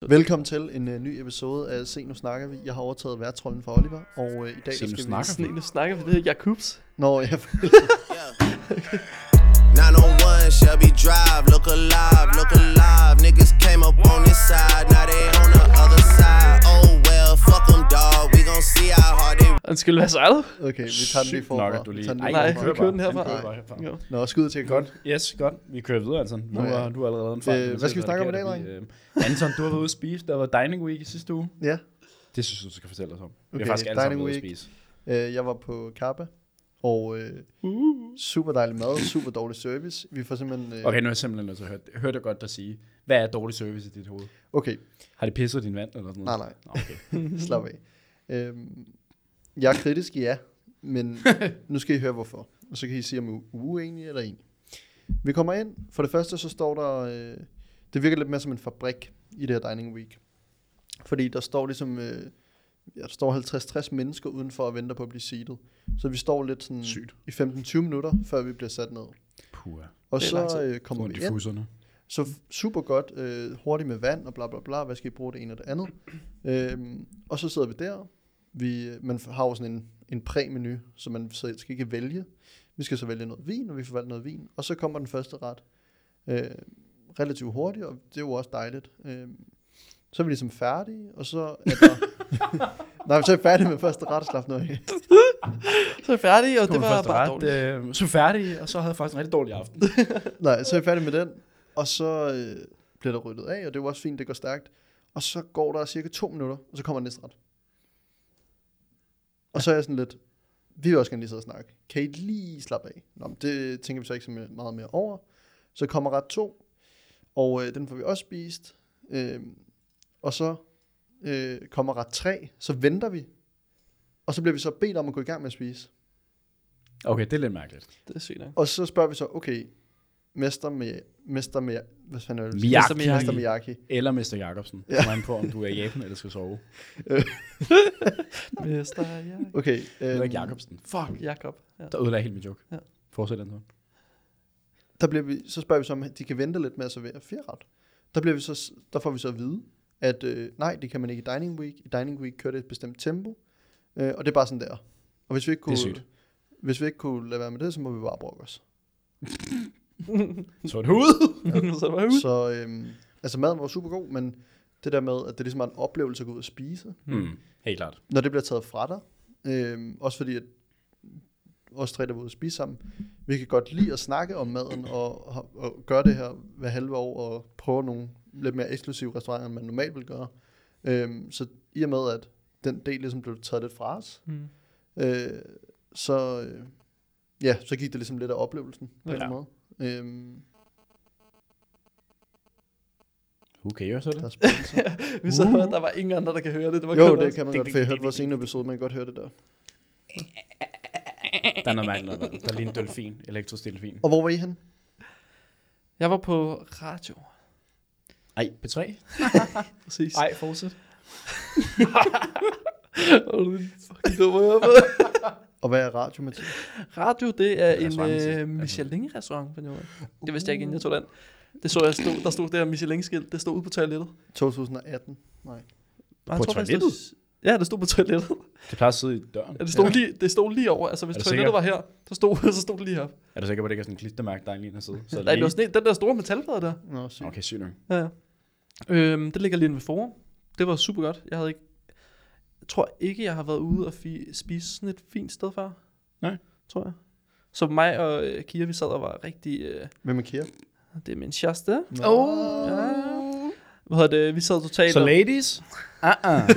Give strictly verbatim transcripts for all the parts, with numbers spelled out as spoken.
Velkommen til en uh, ny episode af Se Nu Snakker Vi. Jeg har overtaget værtrollen fra Oliver, og uh, i dag Se, nu skal snakker vi... vi. Nu snakker vi, det er Jakubs. Nå, ja. nine oh one Shelby Drive, look alive, look alive. Niggas came up on this side, now they on the other side. Oh well, fuck them dog, we gon' see how hard they... Undskyld, hvad så er det? Okay, vi tager den lige forfra. Nok, at du lige... Vi tager den Ej, lige Nej, forfra. vi kører den herfra. kører bare herfra. Jo. Nå, skud til Godt, yes, godt. Vi kører videre, Anton. Nu Nå, ja. har du allerede en fejl. Øh, hvad skal vi snakke om i dag, dreng? Øh, Anton, du har været ude at spise. Der var Dining Week i sidste uge. Ja. Det synes jeg, du skal fortælle os om. Vi Okay, har faktisk alle sammen Dining været ude at Week. spise. Uh, jeg var på Kappa, og uh, super dejlig mad, super dårlig service. Vi får simpelthen... Uh, Okay, nu er jeg simpelthen nødt til at høre det. Hørte jeg godt dig sige. Hvad er dårlig service i dit hoved? Okay, Har de pisset din vand eller sådan nej, noget? nej. Nå, okay. Slap af. Um, jeg er kritisk, ja, men nu skal I høre hvorfor. Og så kan I sige, om I er uenige eller enige. Vi kommer ind. For det første, så står der... Øh, det virker lidt mere som en fabrik i det her Dining Week. Fordi der står ligesom... Øh, ja, der står halvtreds til tres mennesker udenfor og venter på at blive seated. Så vi står lidt sådan Sygt. i femten til tyve minutter, før vi bliver sat ned. Puh. Og Det er lang så tid. øh, kommer Rundt vi i ind. fusserne. Så f- super godt, øh, hurtigt med vand og bla bla bla, hvad skal I bruge det ene og det andet. øhm, og så sidder vi der. Vi, man har jo sådan en, en præmenu, så man så skal ikke vælge. Vi skal så vælge noget vin, og vi får valgt noget vin. Og så kommer den første ret øh, relativt hurtigt, og det er jo også dejligt. Øh, så er vi ligesom færdige, og så er der... Nej, så er vi færdige med første ret, slap nu af. Så er jeg færdig, og det Kom var først bare ret, dårligt. øh, så færdig, og så havde jeg faktisk en rigtig dårlig aften. Nej, så er vi færdige med den, og så øh, bliver der ryddet af, og det er jo også fint, det går stærkt. Og så går der cirka to minutter, og så kommer næste ret. Og så er jeg sådan lidt, vi vil også gerne lige sidde og snakke. Kan I lige slappe af? Nå, men det tænker vi så ikke så meget mere over. Så kommer ret to, og øh, den får vi også spist. Øh, og så øh, kommer ret tre, så venter vi. Og så bliver vi så bedt om at gå i gang med at spise. Okay, det er lidt mærkeligt. Det er sygt nok. Og så spørger vi så, okay, mester med, mester med, hvad fanden er det? Miyaki. Miyaki. Mester Miyaki. Eller mister Jacobsen. Ja. Ja. Kommer an på, om du er i Japan eller skal sove. Mester Jak- Okay. Eller øhm, ikke Jacobsen. Fuck. Jakob. Ja. Der ødelagde helt mit joke. Ja. Fortsæt, Anton. Der bliver vi, så spørger vi så, om de kan vente lidt med at servere fire ret. Der, bliver vi så, der får vi så at vide, at øh, nej, det kan man ikke i Dining Week. I Dining Week kører det et bestemt tempo, øh, og det er bare sådan der. Og hvis vi ikke kunne, Det er sygt. hvis vi ikke kunne lade være med det, så må vi bare brokke os. Så et hoved. Så var jeg ude. Så øh, altså maden var super god, men det der med, at det ligesom er en oplevelse at gå ud og spise, Hmm. Helt klart. når det bliver taget fra dig, øh, også fordi at os tre, der var ude at spise sammen, vi kan godt lide at snakke om maden, og, og, og gøre det her hver halve år, og prøve nogle lidt mere eksklusive restauranter, end man normalt vil gøre. Øhm, så i og med, at den del ligesom blev taget lidt fra os, Mm. øh, så, øh, ja, så gik det ligesom lidt af oplevelsen på Ja. en måde. Øhm, Who cares, så der er det? spændelse. Vi så, uh. der var ingen andre, der kan høre det. Det var Jo, kun det os. kan man Ding, godt, ding, for jeg ding, hørte ding, vores ding. ene episode, man kan godt høre det der. Der er noget mærkeligt noget. Der er lige en delfin. Elektrisk delfin. Og hvor var I hen? Jeg var på radio. Ej, P tre? Præcis. Ej, fortsæt. Åh, du er en fucking dum røver. Og hvad er radio, Mathias? Radio, det er en Restaurant, siger- øh, Michelin-restaurant. For noget. Det vidste jeg ikke, inden jeg tog den. Det så jeg stod, der stod der Michelin-skilt. Det stod ude på toilettet. to tusind atten? Nej. Nej, På jeg tror faktisk, toilettet? det stod- Ja, det stod på toilettet. Det plejer at sidde i døren. Ja, det, stod lige, det stod lige over. Altså, hvis Er du toilettet var her, så stod, så stod det lige her. Er du sikker på, at det ikke er sådan en klistermærke, der er lige side? Så er det Nej, det lige... var sådan en, den der store metalplade der. Nå, sygt. Okay, sygt nok. Ja, ja. Øhm, det ligger lige inde ved Forum. Det var super godt. Jeg havde ikke... Jeg tror ikke, jeg har været ude og fi- spise sådan et fint sted før. Nej. Tror jeg. Så mig og øh, Kira, vi sad og var rigtig... Øh, Hvem er Kira? det er min kæreste. Nå. Oh. Ja. Hvad hedder det? Vi sad totalt... Så og- ladies? Uh-uh.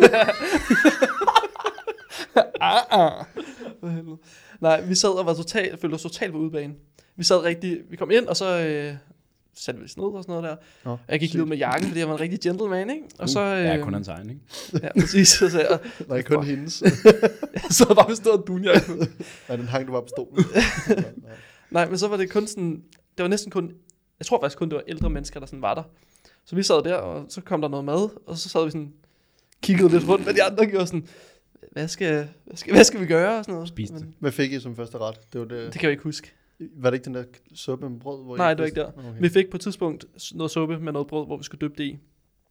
ah, ah. For helvede. Nej, vi sad og var totalt, følte os totalt på udebane. Vi sad rigtig, vi kom ind, og så øh, satte vi os ned og sådan noget der. Nå, Og jeg gik lige ud med jakken, fordi jeg var en rigtig gentleman, ikke? Og så... Øh, Ja, kun hans egen, ikke? Ja, præcis. Så sagde jeg, Nej, kun hendes. jeg sad bare med stor dunjakke. Nej, den hang du bare på stolen. Nej, men så var det kun sådan, det var næsten kun, jeg tror faktisk kun, det var ældre mennesker, der sådan var der. Så vi sad der, og så kom der noget mad, og så sad vi sådan, kiggede lidt rundt, hvad de andre gjorde sådan, hvad skal, hvad skal, hvad skal vi gøre? Og sådan noget. Spiste det. Men Hvad fik I som første ret? Det var det. det kan jeg ikke huske. Var det ikke den der suppe med brød? Hvor I Nej, det var ikke der. Okay. Vi fik på et tidspunkt noget suppe med noget brød, hvor vi skulle dyppe det i.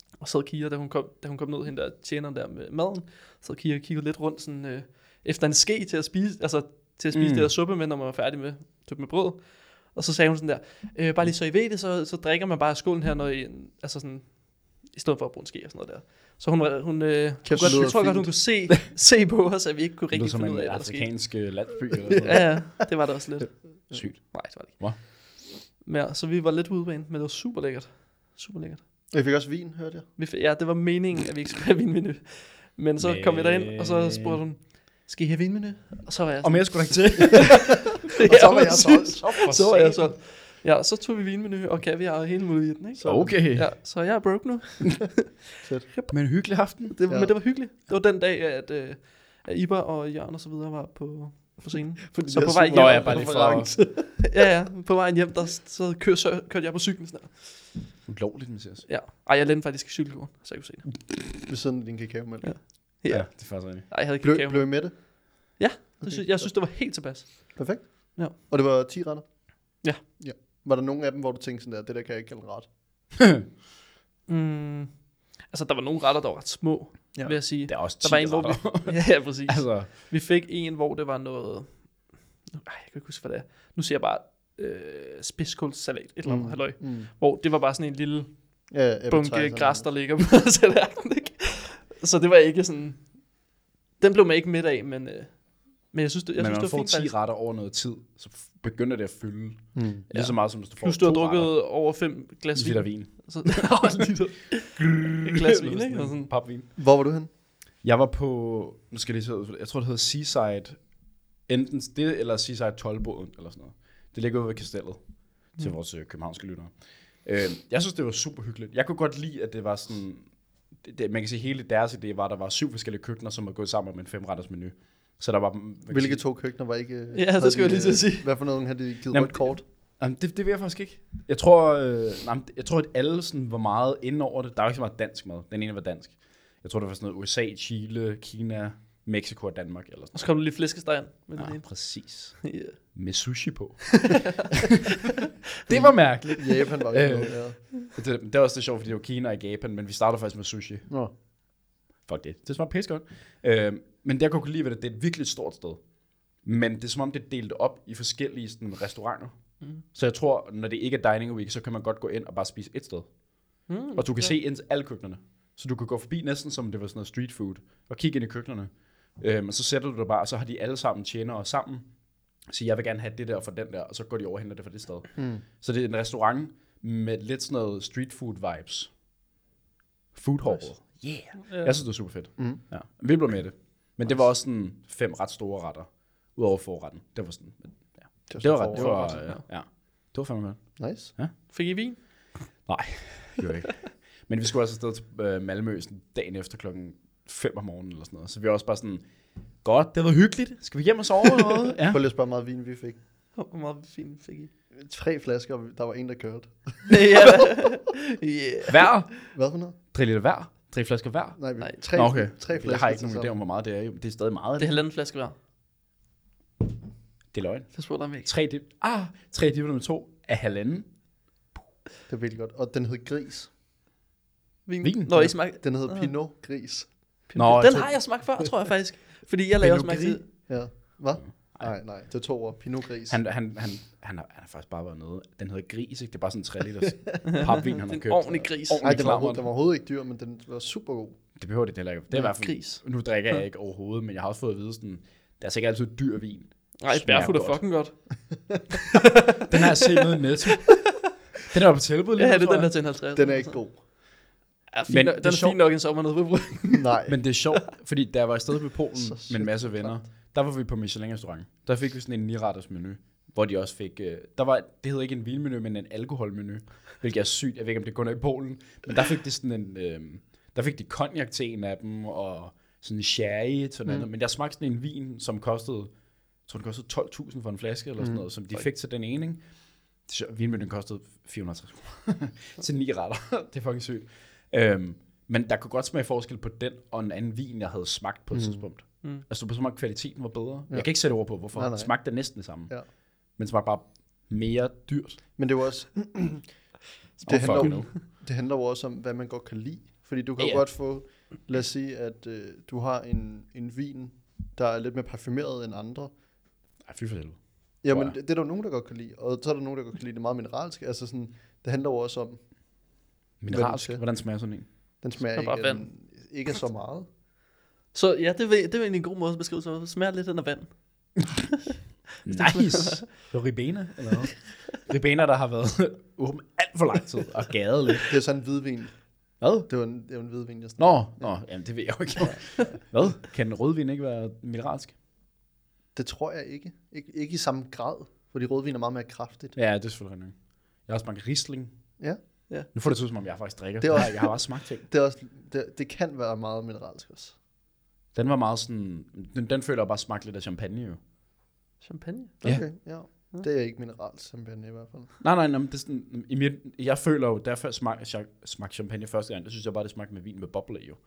og sad og kigger, da hun kom, da hun kom ned, hende der tjeneren der med maden, så kigger og kigger lidt rundt sådan, øh, efter en ske til at spise, altså til at spise mm. det der suppe med, når man var færdig med, med brød. Og så sagde hun sådan der, øh, bare lige så I ved det, så, så drikker man bare skålen her, når I, altså sådan, i stedet for at bruge en ske og sådan noget der. Så hun, hun, øh, hun godt, jeg tror godt, hun kunne se, se på os, at vi ikke kunne rigtig finde ud af, hvad der skete. Det som en afrikansk landsby eller sådan noget. Ja, ja, det var det også lidt. Sygt. Nej, det var det ikke. Hvad? Men ja, så vi var lidt ude på en, men det var super lækkert. Super lækkert. Jeg fik også vin, hørte jeg. Vi fik, ja, det var meningen, at vi ikke skulle have vinmenu. Men så men... kom vi derind, og så spurgte hun, skal I have vinmenu? Og så var jeg sådan, og mere skulle der ikke til. Og så var jeg solgt. Så var jeg solgt. Ja, så tog vi vinmenu og kaviar og hele muligheden, ikke? Så, okay. Ja, så jeg er broke nu. Men en hyggelig aften. Det, ja. Men det var hyggeligt. Det var den dag, at, uh, at Iber og Jørgen og så videre var på, på scenen. Fordi så på vej hjem. Nå, jeg bare lige for... ja, ja. På vejen hjem, der så, kør, så kørte jeg på cyklen sådan der. Ulovligt, Mathias. Ja. Ej, jeg lænede faktisk i cykelgården, så jeg kunne se det. Ved siden af din kakaomælk. Ja. Ja. Ja, det er faktisk rigtigt. Ej, jeg havde Blev, kakao. blev I med det? Ja, Okay. det synes, jeg synes, det var helt tilpas. Perfekt. Ja. Og det var ti retter? Ja. Ja. Var der nogen af dem, hvor du tænkte sådan der, det der kan jeg ikke kalde ret? mm, altså, der var nogle retter, der var ret små, Ja. vil jeg sige. Der er også Der ti var en, hvor vi... ja, ja, præcis. altså. Vi fik en, hvor det var noget... Ej, jeg kan ikke huske, hvad det er. Nu siger jeg bare øh, spidskålssalat, et eller andet Mm. halløj. Mm. Hvor det var bare sådan en lille Ja, bunke græs, der ligger på tallerkenen, ikke? Så det var ikke sådan... Den blev man ikke midt af, men, øh, men jeg synes, det, jeg Men synes, når det var man får fint ti retter over noget tid, så f- begynder det at fylde. Mm. Lige ja. så meget, som hvis du får Plus du har to drukket retter. over fem glas Liter vin. vin. Så, et glas vin, ikke? Og sådan. Papvin. Hvor var du hen? Jeg var på, nu skal jeg lige se, jeg tror det hedder Seaside, enten det eller Seaside tolv-båden eller sådan noget. Det ligger ude ved Kastellet til Mm. vores øh, københavnske lyttere. Øh, jeg synes, det var super hyggeligt. Jeg kunne godt lide, at det var sådan, det, det, man kan sige, hele deres idé var, at der var syv forskellige køkkener, som var gået sammen med en femretters menu. Så der var... Hvilke sige, to køkkener var ikke... Ja, det skal jeg lige til at sige. Hvad for noget havde de givet Jamen, rødt kort? Jamen, det, det ved jeg faktisk ikke. Jeg tror, øh, nej, jeg tror, at alle sådan var meget inde over det. Der var ikke så meget dansk mad. Den ene var dansk. Jeg tror, det var sådan noget U S A, Chile, Kina, Mexico og Danmark. Eller sådan. Og så kom der lige flæskesteg ind med den Ja, ene. præcis. Yeah. Med sushi på. Det var mærkeligt. Japan var ikke Øh. noget, ja. Det, det var også det sjovt, fordi det var Kina og Japan, men vi startede faktisk med sushi. Nå. Fuck det. Det smagte pisse godt. Øh, men det jeg kunne lide ved det, det er et virkelig stort sted. Men det er som om, det er delt op i forskellige sådan, restauranter. Mm. Så jeg tror, når det ikke er dining week, så kan man godt gå ind og bare spise et sted. Mm, Og du kan ja. se ind til alle køkkenerne. Så du kan gå forbi næsten som det var sådan noget street food, og kigge ind i køkkenerne. Øhm, og så sætter du dig bare, og så har de alle sammen tjenere sammen. Så jeg vil gerne have det der for den der, og så går de over og henter det for det sted. Mm. Så det er en restaurant med lidt sådan noget street food vibes. Food hall. Yeah. Ja. Jeg synes, det var super fedt. Mm. Ja. Vi blev med det. Men det var også sådan fem ret store retter, udover forretten. Det var sådan, men, ja. Det Det var så ret, det forret. var, ret, ja. ja. Det var fandme godt. Nice. Fik I vin? Nej, det var ikke. Men vi skulle også afsted til øh, Malmø sådan dagen efter klokken fem om morgenen eller sådan noget. Så vi var også bare sådan, godt, det var hyggeligt. Skal vi hjem og sove eller noget? Ja. Prøv lige at spørge, hvor meget vin vi fik. Hvor meget vin fik I? Tre flasker, og der var en, der kørte. ja. yeah. Hver? Hvad for noget? Tre liter hver? Tre flasker hver? Nej, vi, Nej. tre, Nå, okay. tre flasker. Jeg har ikke til nogen idé sammen. om, hvor meget det er. Det er stadig meget. Det er halvanden flaske hver. Det er løgn. Det spurgte jeg mig ikke. Tre dip. Ah, tre dip nummer to er halvanden. Det er virkelig godt. Og den hed Gris. Vin? Vin? Nå, I smagte... Den hed Ah. Pinot Gris. Nå, jeg den tror- har jeg smagt før, tror jeg faktisk. Fordi jeg lavede også Pinot smag til... Ja. Hvad? Nej, nej. Det er to ord. Pinot Gris. Han, han, han, han, har, han har faktisk bare været nede. Den hedder Gris, ikke? Det er bare sådan en tre liters papvin, han har En købt. ordentlig gris. Ordentlig Nej, den var, klammer. overhovedet, den var overhovedet ikke dyr, men den var super god. Det behøver det heller ikke. Det er i Ja, hvert fald... gris. Nu drikker jeg ikke overhovedet, men jeg har også fået at vide sådan... Det er altså ikke altid dyr vin. Nej, Smager Barefoot er godt. fucking godt. Den har jeg set nede i Netto. Den er jo på tilbud lige Ja, nu, det er tror den jeg. her til en halvtreds. Den er ikke god. Ja, fin, Men nok- det den er er sjovt. fin nok en sommer nede ved Bryggen. Nej. Men det er sjovt, fordi da jeg var afsted ved Polen Så med en sygt masse venner, der var vi på Michelin-restaurant. Der fik vi sådan en niretters menu, hvor de også fik... Øh, der var, det hedder ikke en vinmenu, men en alkoholmenu, hvilket er sygt. Jeg ved ikke, om det kun er i Polen. Men der fik de sådan en... Øh, der fik de cognac til en af dem, og sådan en sherry til noget Mm. andet. Men jeg smagte sådan en vin, som kostede... Jeg tror, den kostede tolv tusind for en flaske, eller sådan Mm. noget, som de fik til den ene, ikke? Så vinmenuen kostede fire hundrede og tres kroner til ni retter. Det er fucking sygt. Øhm, men der kunne godt smage forskel på den og en anden vin, jeg havde smagt på et Mm. tidspunkt. Mm. Altså, på så meget kvaliteten var bedre. Ja. Jeg kan ikke sætte ord på, hvorfor. Nej, Nej, nej. nej. Smagte det næsten det samme. Ja. Men smagte bare mere dyrt. Men det var også... Det det, handler fucking jo, det handler jo også om, hvad man godt kan lide. Fordi du kan Ja, jo ja. godt få, lad os sige, at øh, du har en, en vin, der er lidt mere parfumeret end andre. Ej, fy for helvede. Jamen, Tror det, det er der jo nogen, der godt kan lide. Og så er der nogen, der godt kan lide det meget mineralske. Altså sådan, det handler jo også om, Mineralsk. til? Hvordan smager sådan en? den smager Smager ikke, bare af den, ikke af så meget. Så ja, det, vil, det er egentlig en god måde at beskrive sig. Det smager lidt af vand. Nice. Det var Ribena, eller hvad? Ribena, der har været åben alt for lang tid og gadet lidt. Det er sådan en hvidvin. Hvad? Det var en, det var en hvidvin, jeg snakkede. Nå, nå, jamen det ved jeg jo ikke. Hvad? Kan en rødvin ikke være mineralsk? Det tror jeg ikke. Ik- ikke i samme grad, fordi rødvin er meget mere kraftigt. Ja, det er selvfølgelig rigtigt. Jeg har også smagt Riesling. Ja. Ja. Nu får det ud, som om jeg faktisk drikker. Det er Det også- Jeg har også smagt ting. Det, er også, det, det kan være meget mineralsk også. Den var meget sådan... Den, den føler jeg bare smagte lidt af champagne, jo. Champagne. Ja. Okay, ja. Det er ikke mineralsk champagne i hvert fald. Nej, nej, nej, men det er sådan... I mit, jeg føler jo, da jeg smagte, smagte champagne første gang, det synes jeg bare, det smagte med vin med bobler i, jo.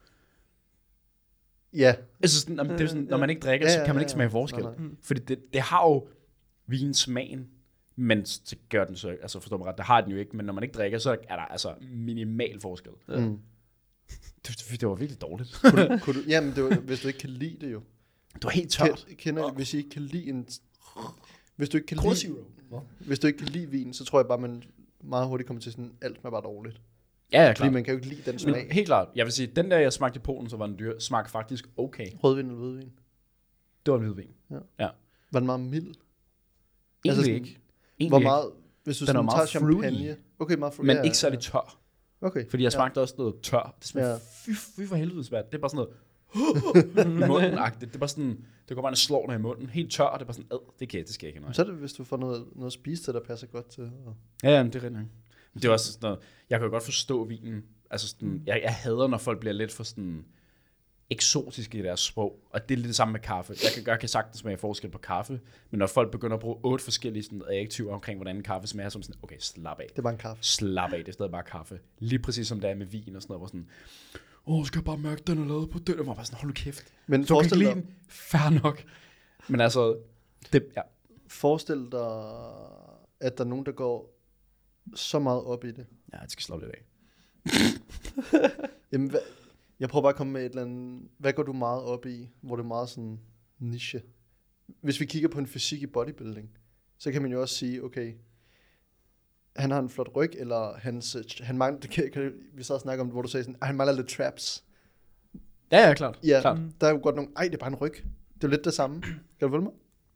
Ja, Altså sådan, det er jo sådan, når man ikke drikker, så Ja, ja, kan man ja, ikke ja. smage forskel. Nej, nej. Fordi det, det har jo vinsmagen, men så gør den så, altså forstår mig ret, det har den jo ikke, men når man ikke drikker, så er der altså minimal forskel. Ja. Mm. Det, det, det var virkelig dårligt. Kunne du, kunne du, jamen, det var, hvis du ikke kan lide det jo. Det var helt tørt. Ken- Kender, hvis I ikke kan lide en... Hvis du ikke kan Cola lide, Zero. hvis du ikke kan lide vin, så tror jeg bare, man meget hurtigt kommer til sådan, alt smager bare dårligt. Ja, ja, Fordi klart. man kan jo ikke lide den smag. Men helt klart, jeg vil sige, den der, jeg smagte i Polen, så var den dyr, smagte faktisk okay. Rødvin eller hvidvin. Det var en hvidvin. Var den meget mild? Egentlig Altså sådan, ikke. Egentlig Hvor ikke. meget... Hvis du Den er sådan meget tager fruity. champagne... Okay, meget fruity. Men ja, ikke særlig ja. tør. Okay. Fordi jeg smagte ja. også noget tør. Det smager Ja. ja. fy, fy for helvede svært. Det er bare sådan noget i munden-agtigt. Det er bare sådan, det går bare, at slår dig i munden. Helt tør, og det er bare sådan, ad, det kan jeg, det skal jeg ikke. Men Nej. så er det, hvis du får noget, noget at spise til, der passer godt til. Og... Ja, ja, men det er rigtigt. Men det er også sådan noget, jeg kan jo godt forstå vinen. Altså sådan, jeg, jeg hader, når folk bliver lidt for sådan eksotiske i deres sprog. Og det er lidt det samme med kaffe. Jeg kan, jeg kan sagtens smage forskel på kaffe, men når folk begynder at bruge otte forskellige sådan, adjektiver omkring, hvordan en kaffe smager, så er man sådan, okay, slap af. Det er bare en kaffe. Slap af, det er stadig bare kaffe. Lige præcis som det er med vin og sådan noget, hvor sådan, åh, skal jeg bare mærke, den er lavet på den? Og var bare sådan, hold nu kæft. Men Så du kan forestil ikke lide dig, den? Fair nok. Men altså, det, ja. forestil dig, at der er nogen, der går så meget op i det. Ja, det skal slappe lidt af. Jamen, hvad, jeg prøver bare at komme med et eller andet... Hvad går du meget op i, hvor det er meget sådan niche? Hvis vi kigger på en fysik i bodybuilding, så kan man jo også sige, okay, han har en flot ryg, eller hans, han mangler, det kan, kan, vi sad og snakke om det, hvor du sagde sådan, "Ej, han mangler lidt traps." Ja, ja, klart. Ja, klart. der er jo godt nogle, ej, det er bare en ryg. Det er jo lidt det samme. Kan du følge mig?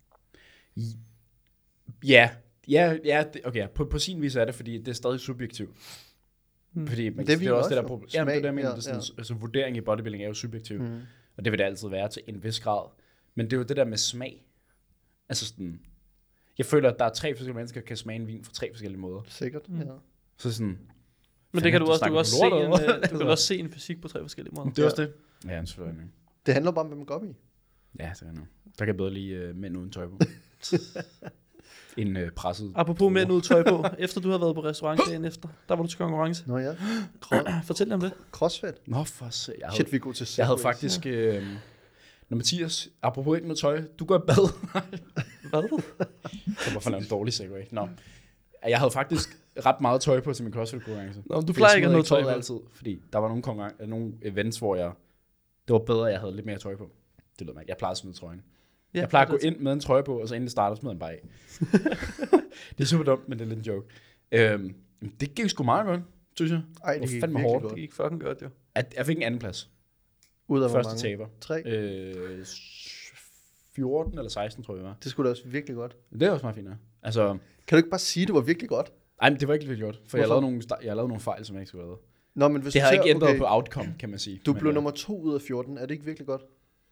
Ja, ja, ja det, okay, på, på sin vis er det, fordi det er stadig subjektivt. Mm. Fordi man, Det er det, vi er også også det der jo. problem. Ja, det er det, jeg mener. Smag, Det er sådan, ja, altså, vurdering i bodybuilding er jo subjektiv, mm. Mm. og det vil det altid være til en vis grad. Men det er jo det der med smag. Altså sådan, jeg føler, at der er tre forskellige mennesker, der kan smage en vin på tre forskellige måder. Sikkert, Mm. ja. Så sådan, Men det kan du også, du snakker kan også, se lort, en, eller hvad? øh, du kan også se en fysik på tre forskellige måder. det er også det. Ja, selvfølgelig. Det handler bare om, hvad man går op i. Ja, det er nu. Der kan jeg bedre lide uh, mænd uden tøj på. en uh, presset. Apropos mænd ud tøj på, efter du har været på restaurant dagen efter, der var du til konkurrence. Nå ja. Cro- Fortæl lidt om det. Crossfit. Nå, for se. Jeg havde, Shit, vi er gode til jeg havde segways. faktisk... Øh, når Mathias, apropos ikke noget tøj, du går i bad. Hvad? Det var for en dårlig segway. Nå. Jeg havde faktisk ret meget tøj på til min CrossFit-konkurrence. Nå, du Fordi plejer jeg ikke at smed have noget tøj på. altid, fordi der var nogle, konkurren- nogle events, hvor jeg... Det var bedre, at jeg havde lidt mere tøj på. Det lød mig ikke. Jeg plejer at smide trøjen. Ja, Jeg plejer at gå det- ind med en trøje på, og så inden det starter, smider den bare af. Det er super dumt, men det er lidt en joke. Øhm, det gik sgu meget godt, synes jeg. Ej, Det det var gik fandme virkelig hårdt. Det godt. gik fucking godt, jo. At jeg fik en anden plads. Ud af hvor Første mange? taber. Tre. Øh, fjorten eller seksten, tror jeg, det var. Det skulle da også virkelig godt. Det er også meget fint, ja. Altså, Kan du ikke bare sige, at det var virkelig godt? ej, men det var ikke virkelig godt, for jeg Hvorfor? lavede, nogle, sta- jeg lavede nogle fejl, som jeg ikke skulle have lavet. Nå, men hvis Det du har ser, ikke ændret okay, på outcome, kan man sige. Du Men, blev øh, nummer to ud af fjorten. Er det ikke virkelig godt?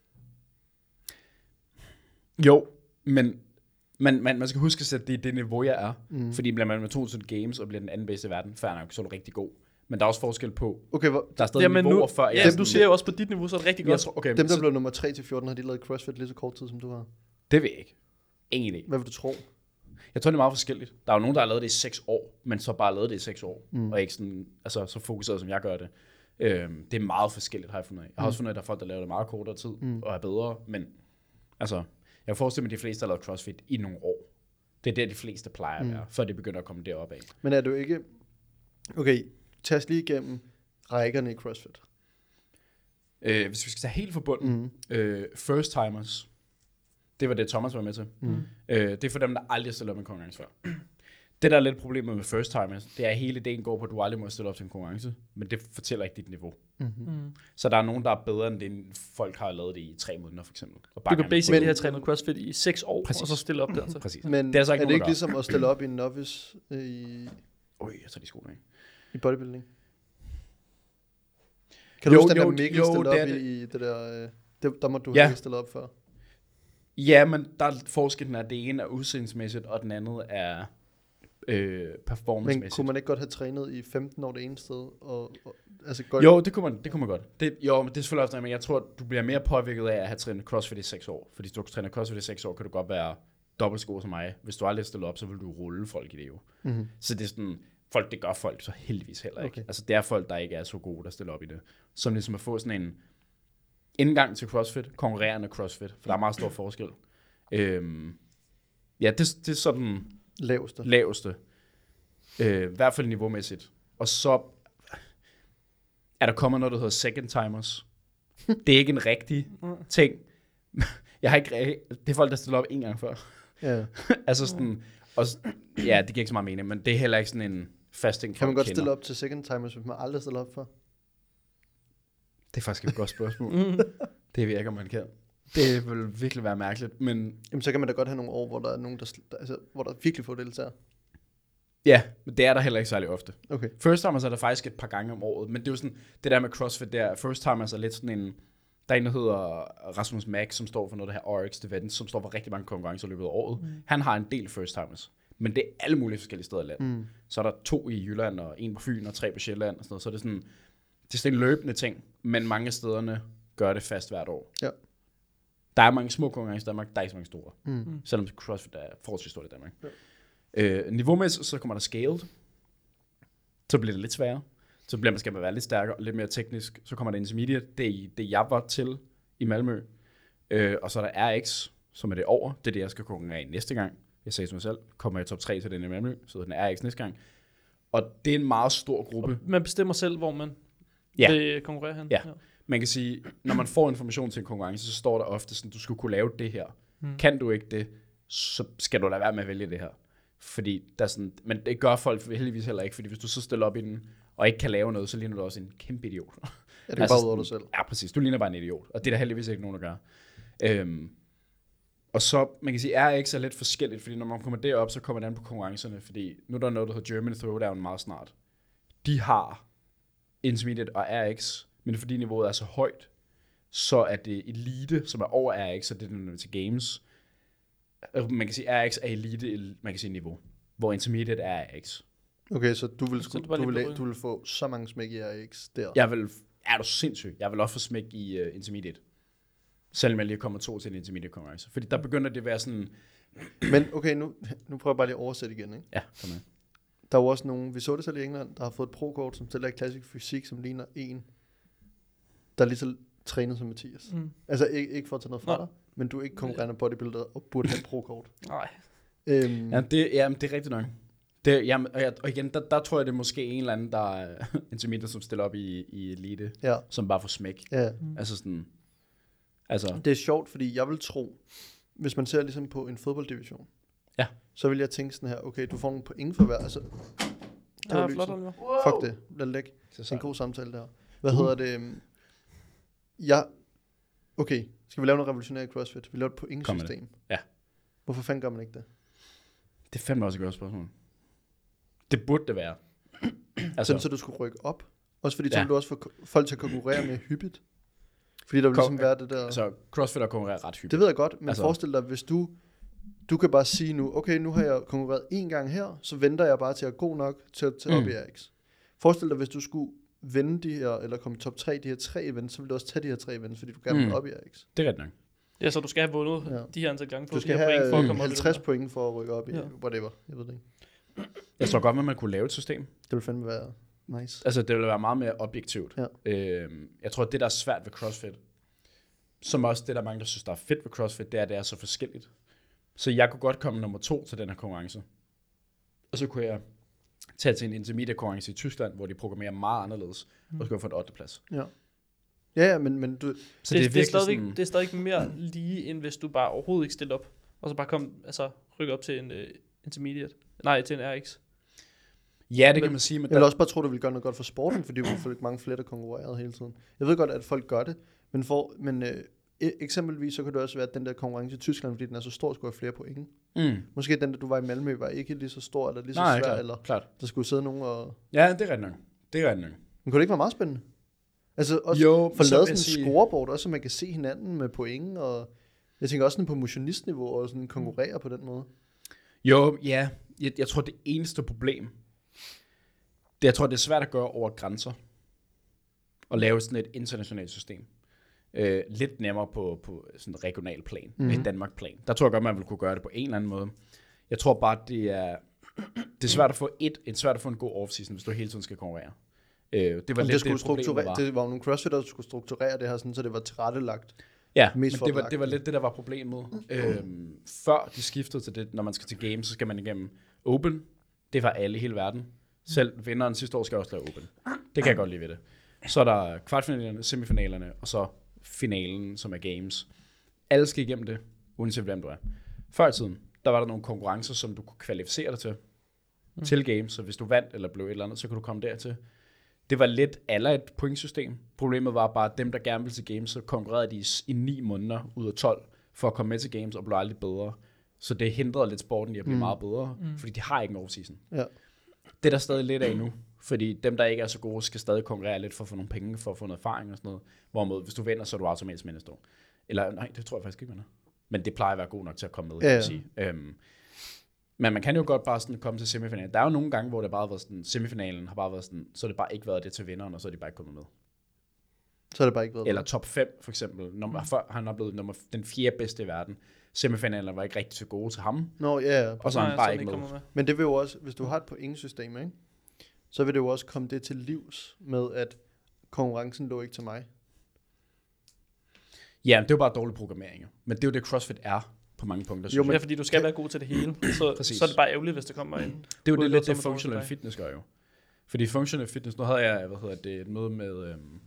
Jo, men man, man, man skal huske at sætte det i det niveau, jeg er. Mm. Fordi bliver man med to tusind games og bliver den anden bedste i verden, fair nok, så er du rigtig god. Men der er også forskel på, Okay, hvor, der er stadig Jamen niveauer nu, før. ja, sådan- du ser jo også på dit niveau, så er det rigtig jeg godt. tror, okay, dem, der så, blev nummer tre til fjorten, har de lavet CrossFit lige så kort tid, som du har. det ved jeg ikke. Ingen idé. Hvad vil du tro? Jeg tror, det er meget forskelligt. Der er jo nogen, der har lavet det i seks år, men så bare lavet det i seks år, Mm. mm. og ikke sådan, altså, så fokuseret, som jeg gør det. Øhm, det er meget forskelligt, har jeg fundet af. Jeg har også fundet af, at der er folk, der laver det meget kortere tid, Mm. mm. og er bedre, men altså, jeg kan forestille mig, at de fleste har lavet CrossFit i nogle år. Det er der, de fleste plejer at Mm. være, før det begynder at komme derop af. Men er du ikke... Okay, tag os lige igennem rækkerne i CrossFit. Øh, hvis vi skal tage helt fra bunden, Mm. øh, first timers, det var det, Thomas var med til. Mm. Øh, det er for dem, der aldrig har stillet op i en konkurrence før. Det, der er lidt problemet med first timers, det er, at hele ideen går på, at du aldrig må stille op til en konkurrence, men det fortæller ikke dit niveau. Mm-hmm. Mm. Så der er nogen, der er bedre end det, folk har lavet det i tre måneder, for eksempel. Og Du bare kan gerne- basically Men- have trænet CrossFit i seks år, Præcis. og så stille op der. Så. Præcis. Men Det er altså ikke er det nogen, ikke der ligesom at stille op i en novice øh, i, Ui, jeg tager de sko af. i bodybuilding? Kan du Jo, huske, den jo, der Mikkel jo, stillede det er op det. i, i det der... Øh, det, der må du Ja. have ikke stillet op før. Ja, men der er forskellen er, at det ene er udseendsmæssigt, og den andet er øh, Men performancemæssigt. kunne man ikke godt have trænet i femten år det ene sted? Og, og, altså godt, Jo, det kunne man, det kunne man godt. Det, jo, men det er selvfølgelig også, men jeg tror, at du bliver mere påvirket af at have trænet CrossFit i seks år. Fordi hvis du træner CrossFit i seks år, kan du godt være dobbelt så god som mig. Hvis du aldrig har stillet op, så vil du rulle folk i det jo. Mm-hmm. Så det er sådan, folk, det gør folk så heldigvis heller ikke. Okay. Altså det er folk, der ikke er så gode, der stiller op i det. Som ligesom at få sådan en indgang til CrossFit, konkurrerende CrossFit, for der er meget stor forskel. Øhm, ja, det, det er sådan Laveste. laveste. Øh, I hvert fald niveaumæssigt. Og så er der kommet noget, der hedder second timers. Det er ikke en rigtig ting. Jeg har ikke, re- det er folk, der stiller op en gang før. Ja. altså sådan, og, s- ja, det giver ikke så meget mening, men det er heller ikke sådan en fast ting, Kan man folk godt kender. stille op til second timers, hvis man aldrig stiller op før? Det er faktisk et godt spørgsmål. Mm. Det virker, man kan. Det vil virkelig være mærkeligt, men Jamen, så kan man da godt have nogle år, hvor der er nogen, der, sl- der altså, hvor der virkelig får deltager. ja, men det er der heller ikke særlig ofte. Okay. First timers er der faktisk et par gange om året, men det er jo sådan, det der med CrossFit der, first timers er lidt sådan en, der er en, der hedder Rasmus Mack, som står for noget af det her R X Events, som står for rigtig mange konkurrencer i løbet af året. Mm. Han har en del first timers, men det er alle mulige forskellige steder i landet. Mm. Så er der to i Jylland, og en på Fyn, og tre på Sjælland, og sådan noget. Så er det sådan, det er sådan en løbende ting, men mange af stederne gør det fast hvert år. Ja. Der er mange små konkurrencer i Danmark, der er ikke så mange store. Mm. Selvom CrossFit er forholdsvis stort i Danmark. Ja. Øh, niveaumæssigt, så kommer der scaled. Så bliver det lidt sværere. Så bliver man, skal man være lidt stærkere og lidt mere teknisk. Så kommer der intermediate. Det er det, jeg var til i Malmø. Øh, og så er der R X, som er det over. Det er det, jeg skal konkurrere i næste gang. Jeg sagde til mig selv, kommer jeg i top tre til den i Malmø, så den er R X næste gang. Og det er en meget stor gruppe. Man bestemmer selv, hvor man Ja. vil konkurrere hen. Ja. Man kan sige, når man får information til en konkurrence, så står der ofte sådan, du skulle kunne lave det her. Mm. Kan du ikke det, så skal du lade være med at vælge det her. Fordi der er sådan, men det gør folk heldigvis heller ikke, fordi hvis du så stiller op i den, og ikke kan lave noget, så ligner du også en kæmpe idiot. Ja, det er Altså bare ud over sådan- dig selv. Ja, præcis. Du ligner bare en idiot, og det er der heldigvis ikke nogen, der gør. Øhm, og så, man kan sige, R X er lidt forskelligt, fordi når man kommer derop, så kommer det an på konkurrencerne, fordi nu er der noget, der hedder German Throwdown meget snart. De har Intermediate og R X, men fordi niveauet er så højt, så er det elite, som er over R X, så det er den til games. Man kan sige, R X er elite, man kan sige niveau, hvor Intermediate er R X. Okay, så du vil, Så sku, det var du, lidt vil, bedre. du vil få så mange smæk i R X der. Jeg vil, er du sindssyg, jeg vil også få smæk i uh, Intermediate. Selvom jeg lige kommer to til en Intermediate konkurrence. Fordi der begynder det at være sådan, Men okay, nu, nu prøver jeg bare lige at oversætte igen. Ikke? ja, kom med. Der er jo også nogen, vi så det selv i England, der har fået et pro-kort, som stiller i klassisk fysik, som ligner en, der er lige så trænet som Mathias. Mm. Altså ikke, ikke for at tage noget fra Nå. dig, men du er ikke konkurrerende bodybuilder og burde have et pro-kort. Nej. Øhm, Ja, det, ja, det er rigtigt nok. Det, jamen, og, jeg, og igen, der, der tror jeg, det er måske en eller anden, der er Intermediate, som stiller op i, i elite, ja, som bare får smæk. ja. Mm. Altså sådan, altså, Det er sjovt, fordi jeg vil tro, hvis man ser ligesom på en fodbolddivision, Ja. så vil jeg tænke sådan her, okay, du får nogle point for hver. Altså, det var Ja, lyset. flot, Oliver. Fuck det, lad det ligge. så, Det er en så, god samtale der. Hvad hedder det? øhm, Jeg, okay, skal vi lave noget revolutionært i CrossFit? Vi laver et Kom med pointsystem. Ja. Hvorfor fanden gør man ikke det? det er fandme også et godt spørgsmål. Det burde det være. Altså, Altså, sådan, så du skulle rykke op. Også fordi, så Ja. vil du også få ko- folk til at konkurrere mere hyppigt. Fordi der vil Kom- ligesom være det der... altså CrossFit er konkurrerer ret hyppigt. Det ved jeg godt, men Altså- altså, forestil dig, hvis du... Du kan bare sige nu, okay, nu har jeg konkurreret en gang her, så venter jeg bare til at er god nok til at tage Mm. op i R X. Forestil dig, hvis du skulle vinde de her, eller komme i top tre, de her tre events, så vil du også tage de her tre events, fordi du gerne vil Mm. op i R X. Det er rigtigt nok. Ja, så du skal have vundet Ja. de her antal gange. Du skal de her point for have at komme op i halvtreds den point for at rykke op i Ja. whatever, jeg ved det ikke. Jeg tror godt, at man kunne lave et system. Det vil fandme være nice. Altså, det ville være meget mere objektivt. Ja. Øhm, jeg tror, at det, der er svært ved CrossFit, som også det, der er mange, der synes, der er fedt ved CrossFit, det er, at det er så forskelligt. Så jeg kunne godt komme nummer to til den her konkurrence. Og så kunne jeg tage til en intermediate konkurrence i Tyskland, hvor de programmerer meget anderledes, mm. og så kunne jeg få en ottende plads. Ja. Ja, ja, men, men du... Så det, det, det, er er stadigvæk, sådan, det er stadigvæk mere lige, end hvis du bare overhovedet ikke stiller op, og så bare kom, altså rykke op til en uh, intermediate. Nej, til en R X. Ja, det Men kan man sige. Men Jeg vil der, også bare tro, det vil gøre noget godt for sporten, fordi vi får mange flere, der konkurrerer hele tiden. Jeg ved godt, at folk gør det, men, for, men øh, e- eksempelvis så kan det også være, at den der konkurrence i Tyskland, fordi den er så stor, skulle have flere point. mm, Måske den, der du var i Malmø, var ikke lige så stor, eller lige så nej, svær, klart, eller klart. der skulle sidde nogen og... Ja, det er rigtigt nok. Det er rigtigt nok. Men kunne det ikke være meget spændende? Altså også Jo, få så lavet vil sådan jeg en sige- scoreboard, også så man kan se hinanden med point, og jeg tænker også sådan på motionistniveau, og sådan konkurrere på den måde. Jo, ja. Jeg, jeg tror, det eneste problem, det jeg tror, det er svært at gøre over grænser. Og lave sådan et internationalt system. Øh, lidt nemmere på, på sådan en regional plan, mm-hmm. et Danmark-plan. Der tror jeg godt, man vil kunne gøre det på en eller anden måde. Jeg tror bare, det er, det er svært at få et, et svært at få en god off-season, hvis du hele tiden skal konkurrere. Øh, det var Jamen, lidt det, det, skulle det problem, strukturere, var. det var jo nogle crossfitter, der skulle strukturere det her, sådan, så det var tilrettelagt. Ja, mest men det var, fordelagtigt. det var lidt det, der var problemet. Øhm, før de skiftede til det, når man skal til games, så skal man igennem Open. Det var alle i hele verden. Selv vinderen sidste år skal også lave Open. Det kan jeg godt lide ved det. Så er der kvartfinalerne, semifinalerne, og så finalen, som er games. Alle skal igennem det, uanset hvem du er. Før i tiden, der var der nogle konkurrencer, som du kunne kvalificere dig til. Mm. Til games, så hvis du vandt eller blev et eller andet, så kunne du komme dertil. Det var lidt aller et pointsystem. Problemet var bare, at dem, der gerne ville til games, så konkurrerede de i, i ni måneder ud af tolv, for at komme med til games og blive aldrig bedre. Så det hindrede lidt sporten i at blive mm. meget bedre, mm. fordi de har ikke en off-season. Ja. Det er der stadig lidt af nu, fordi dem, der ikke er så gode, skal stadig konkurrere lidt for at få nogle penge, for at få noget erfaring og sådan noget. Hvorimod, hvis du vinder, så er du automatisk med næste år. Eller nej, det tror jeg faktisk ikke, man er. Men det plejer at være god nok til at komme med, kan Ja, man ja. sige. Øhm, men man kan jo godt bare sådan komme til semifinalen. Der er jo nogle gange, hvor det bare har været sådan, semifinalen har bare været sådan, så har det bare ikke været det til vinderen, og så er de bare ikke kommet med. Så har det bare ikke været Eller der. top fem, for eksempel. Nummer, før, han er blevet nummer, den fjerde bedste i verden. Semifinalen var ikke rigtig så gode til ham, Nå, ja, ja. og så er han Nej, bare så ikke den med. kommer med. Men det vil jo også, hvis du har et pointsystem, ikke? Så vil det jo også komme det til livs med, at konkurrencen lå ikke til mig. Ja, det er jo bare dårlig programmering. jo. Men det er jo det, CrossFit er på mange punkter. Jo, synes men- Ja, fordi du skal være god til det hele. Så, Præcis. så er det bare ærgerligt, hvis det kommer ind. Det er jo det, Ude lidt som det, er functional dårligt til fitness gør jo. Fordi functional fitness, nu havde jeg, hvad hedder det, et møde med øhm,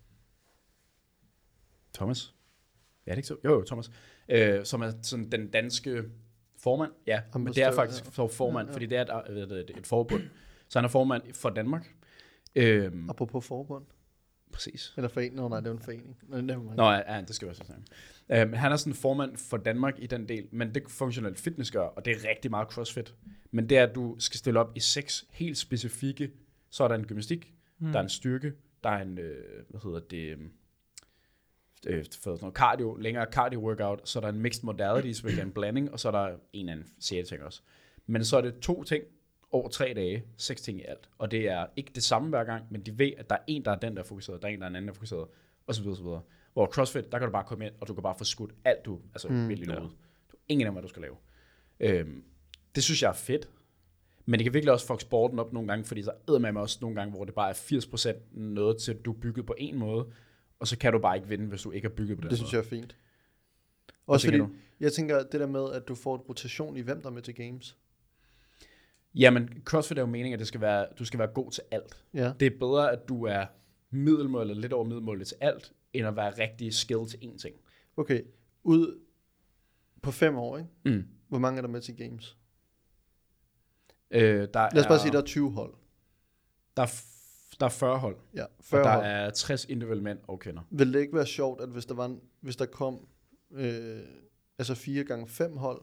Thomas. Ja, det er ikke så? Jo, jo, Thomas. Øh, som er sådan den danske formand. Ja, men det er Ambassadør, faktisk ja. for formand, Ja, ja. fordi det er et, øh, hvad hedder det, et forbund. Så han er formand for Danmark. Øhm, Apropos forbund. præcis. Eller forening. Nå, nej, det er jo en forening. Nå, det er jo- Nå, ja, ja, det skal vi også sige. Øh, men han er sådan formand for Danmark i den del, men det functional fitness gør, og det er rigtig meget CrossFit. Men det er, at du skal stille op i seks helt specifikke, så er der en gymnastik, mm. der er en styrke, der er en, øh, hvad hedder det, øh, for sådan noget cardio, længere cardio workout, så er der en mixed modalities, hvilket er en blanding, og så er der en anden sjette ting også. Men så er det to ting over tre dage, seks ting i alt. Og det er ikke det samme hver gang, men de ved, at der er en, der er den, der er fokuseret, der er en, der er en anden, der er fokuseret, og så videre, så videre. Hvor CrossFit, der kan du bare komme ind, og du kan bare få skudt alt, du altså, mm, vil i noget. Du har ingen af, hvad du skal lave. Øhm, det synes jeg er fedt. Men det kan virkelig også fuck sporten op nogle gange, fordi så æder man også nogle gange, hvor det bare er firs procent noget til, at du er bygget på en måde, og så kan du bare ikke vinde, hvis du ikke er bygget på den Det synes måde. jeg er fint. Også fordi, tænker du? jeg tænker, det der med, at du får et rotation i, hvem der er med til games. Jamen, CrossFit er jo meningen, at det skal være, du skal være god til alt. Ja. Det er bedre, at du er middelmål eller lidt over middelmålet til alt, end at være rigtig skill til én ting. Okay, ud på fem år, ikke? Mm. Hvor mange er der med til games? Øh, der Lad os er, bare sige, der er tyve hold. Der er, f- der er fyrre hold, Ja, og fyrre der hold. er tres individuelle mænd og kvinder. Vil det ikke være sjovt, at hvis der, var en, hvis der kom øh, altså fire gange fem hold?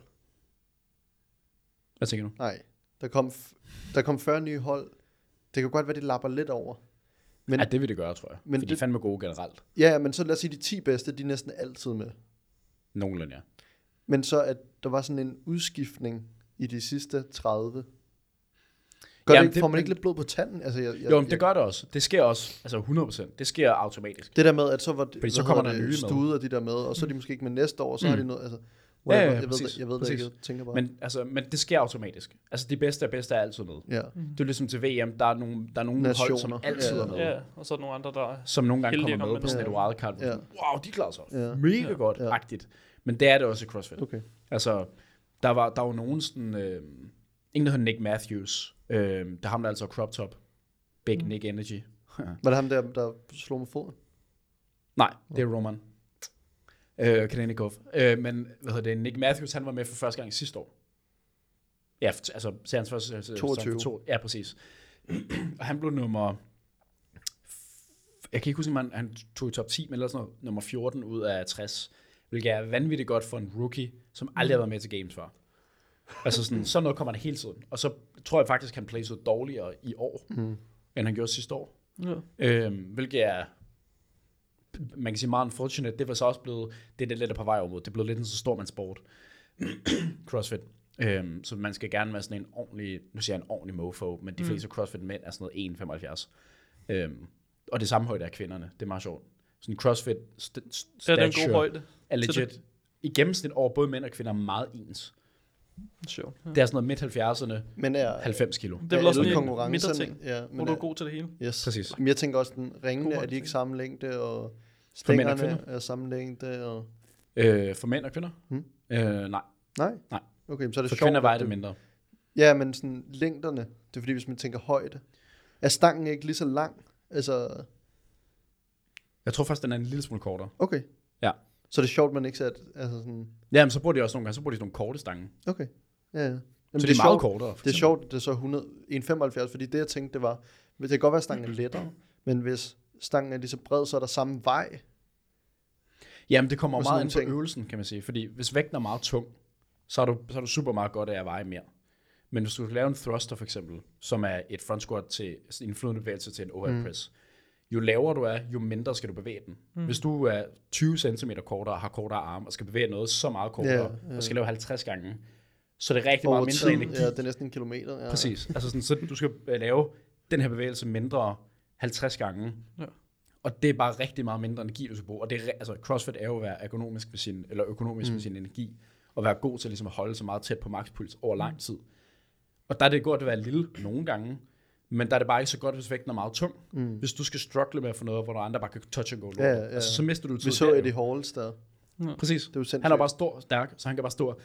Hvad tænker du? Nej, der kom, f- der kom fyrre nye hold. Det kan godt være, det lapper lidt over. Men, Ja, det vil det gøre, tror jeg. men Men for de det- er fandme gode generelt. ja, men så lad os sige, de ti bedste, de er næsten altid med. Nogenlunde, ja. Men så at der var sådan en udskiftning i de sidste tredive. Gør Jamen, det, ikke- det- får man ikke men- lidt blod på tanden? Altså, jeg, jeg, Jo, men jeg, det gør det også. Det sker også, altså hundrede procent. Det sker automatisk. Det der med, at så var det, Fordi så hvad kommer hedder der det, nye med. Stude og de der med, og så er de måske ikke med næste år, og så mm. har de noget, altså, Ja, ja, whatever, ja, jeg, ved, præcis, det, jeg ved det præcis. ikke, jeg tænker bare. Men, altså, men det sker automatisk. Altså, de bedste af bedste er altid med. ja. Det er ligesom til V M, der er nogle, der er nogle hold, som Nationer. altid Ja. er med. Ja, og så er der nogle andre, der... Som nogle gange Heldige kommer med nok på med sådan et noget. wildcard. Hvor Ja. ja. Wow, de klarer sig Ja. mega Ja. godt, Ja. agtigt. Men det er det også i CrossFit. Okay. Altså, der var, der var nogen sådan, øh, ingen der hedder Nick Matthews. Øh, det er ham, der altså er crop top. Big mm. Nick Energy. Var det ham der, der slog med foden? Nej, det er Roman. Øh, Kanenikov. Øh, men, hvad hedder det, Nick Matthews, han var med for første gang sidste år. Ja, altså, seriens første sæson. toogtyve. To, ja, præcis. Og han blev nummer... Jeg kan ikke huske, om han tog i top ti, men eller sådan noget, nummer fjorten ud af tres. Hvilket er vanvittigt godt for en rookie, som aldrig har været med til games før. Altså sådan, sådan noget kommer der hele tiden. Og så tror jeg faktisk, han placer dårligere i år, mm. end han gjorde sidste år. Ja. Øhm, hvilket er, man kan sige meget unfortunate. Det var så også blevet, det er det lidt på vej over. Det er blevet lidt en så stor sport. CrossFit. Øhm, så man skal gerne være sådan en ordentlig, nu siger jeg en ordentlig mofo, men de fleste mm. CrossFit mænd er sådan noget en komma femoghalvfjerds. Øhm, og det samme højde er kvinderne. Det er meget sjovt. Sådan CrossFit st- st- Ja, det er en god højde. Er legit. I gennemsnit over både mænd og kvinder meget ens. Sjovt. Ja. Det er sådan noget midt halvfjerdserne, Men er, halvfems kilo. Det er vel også alle en konkurrencerne- midterting, ja, hvor men du er er- god til det hele. Yes. Præcis. Men jeg tænker også, den ringene, God er de holdning. ikke samme længde, og For mænd og stængerne kvinder? er samme længde, og... Øh, for mænd og kvinder? Hmm. Øh, nej. Nej? Nej. Okay, så er det For sjovt, kvinder at vejer det du- mindre. Ja, men sådan længderne, det er fordi, hvis man tænker højde, er stangen ikke lige så lang? Altså, Jeg tror faktisk, den er en lille smule kortere. okay. Ja. Så det er sjovt, man ikke sat, altså sådan, Ja, men så bruger de også nogle gange, så bruger de sådan nogle korte stange. okay. Ja, ja. Jamen, Så det er meget sjovt, kortere. for det er eksempel. sjovt, det er så hundrede, en komma femoghalvfjerds, fordi det jeg tænkte, det var, det kan godt være, at stangen er lettere, men hvis stangen er lige så bred, så er der samme vej. Jamen, det kommer Og jo sådan meget ind nogle på ting. øvelsen, kan man sige. Fordi hvis vægten er meget tung, så er du, så er du super meget godt af at veje mere. Men hvis du skal lave en thruster for eksempel, som er et front squat til en flydende bevægelse til en overhead Mm. press, jo lavere du er, jo mindre skal du bevæge den. Mm. Hvis du er tyve centimeter kortere, har kortere arme, og skal bevæge noget så meget kortere, Ja, ja. og skal lave halvtreds gange, så er det rigtig Over meget mindre tid, energi. ja, det er næsten en kilometer. Ja. Præcis. Altså sådan, så du skal lave den her bevægelse mindre halvtreds gange. Ja. Og det er bare rigtig meget mindre energi, du skal bruge. Og det er, re- altså, CrossFit er jo at være ergonomisk med sin, eller økonomisk mm. med sin energi, og være god til ligesom at holde sig meget tæt på makspuls over lang tid. Og der er det godt at være lille nogle gange, men der er det bare ikke så godt, hvis vægten er meget tung. Mm. Hvis du skal struggle med at få noget, hvor der andre bare kan touch and go. Ja, ja, ja. Altså, så mister du tid. Vi så der, Eddie jo. Halls der. Præcis. Det er jo sindssygt. Han er bare stor og stærk, så han kan bare stå.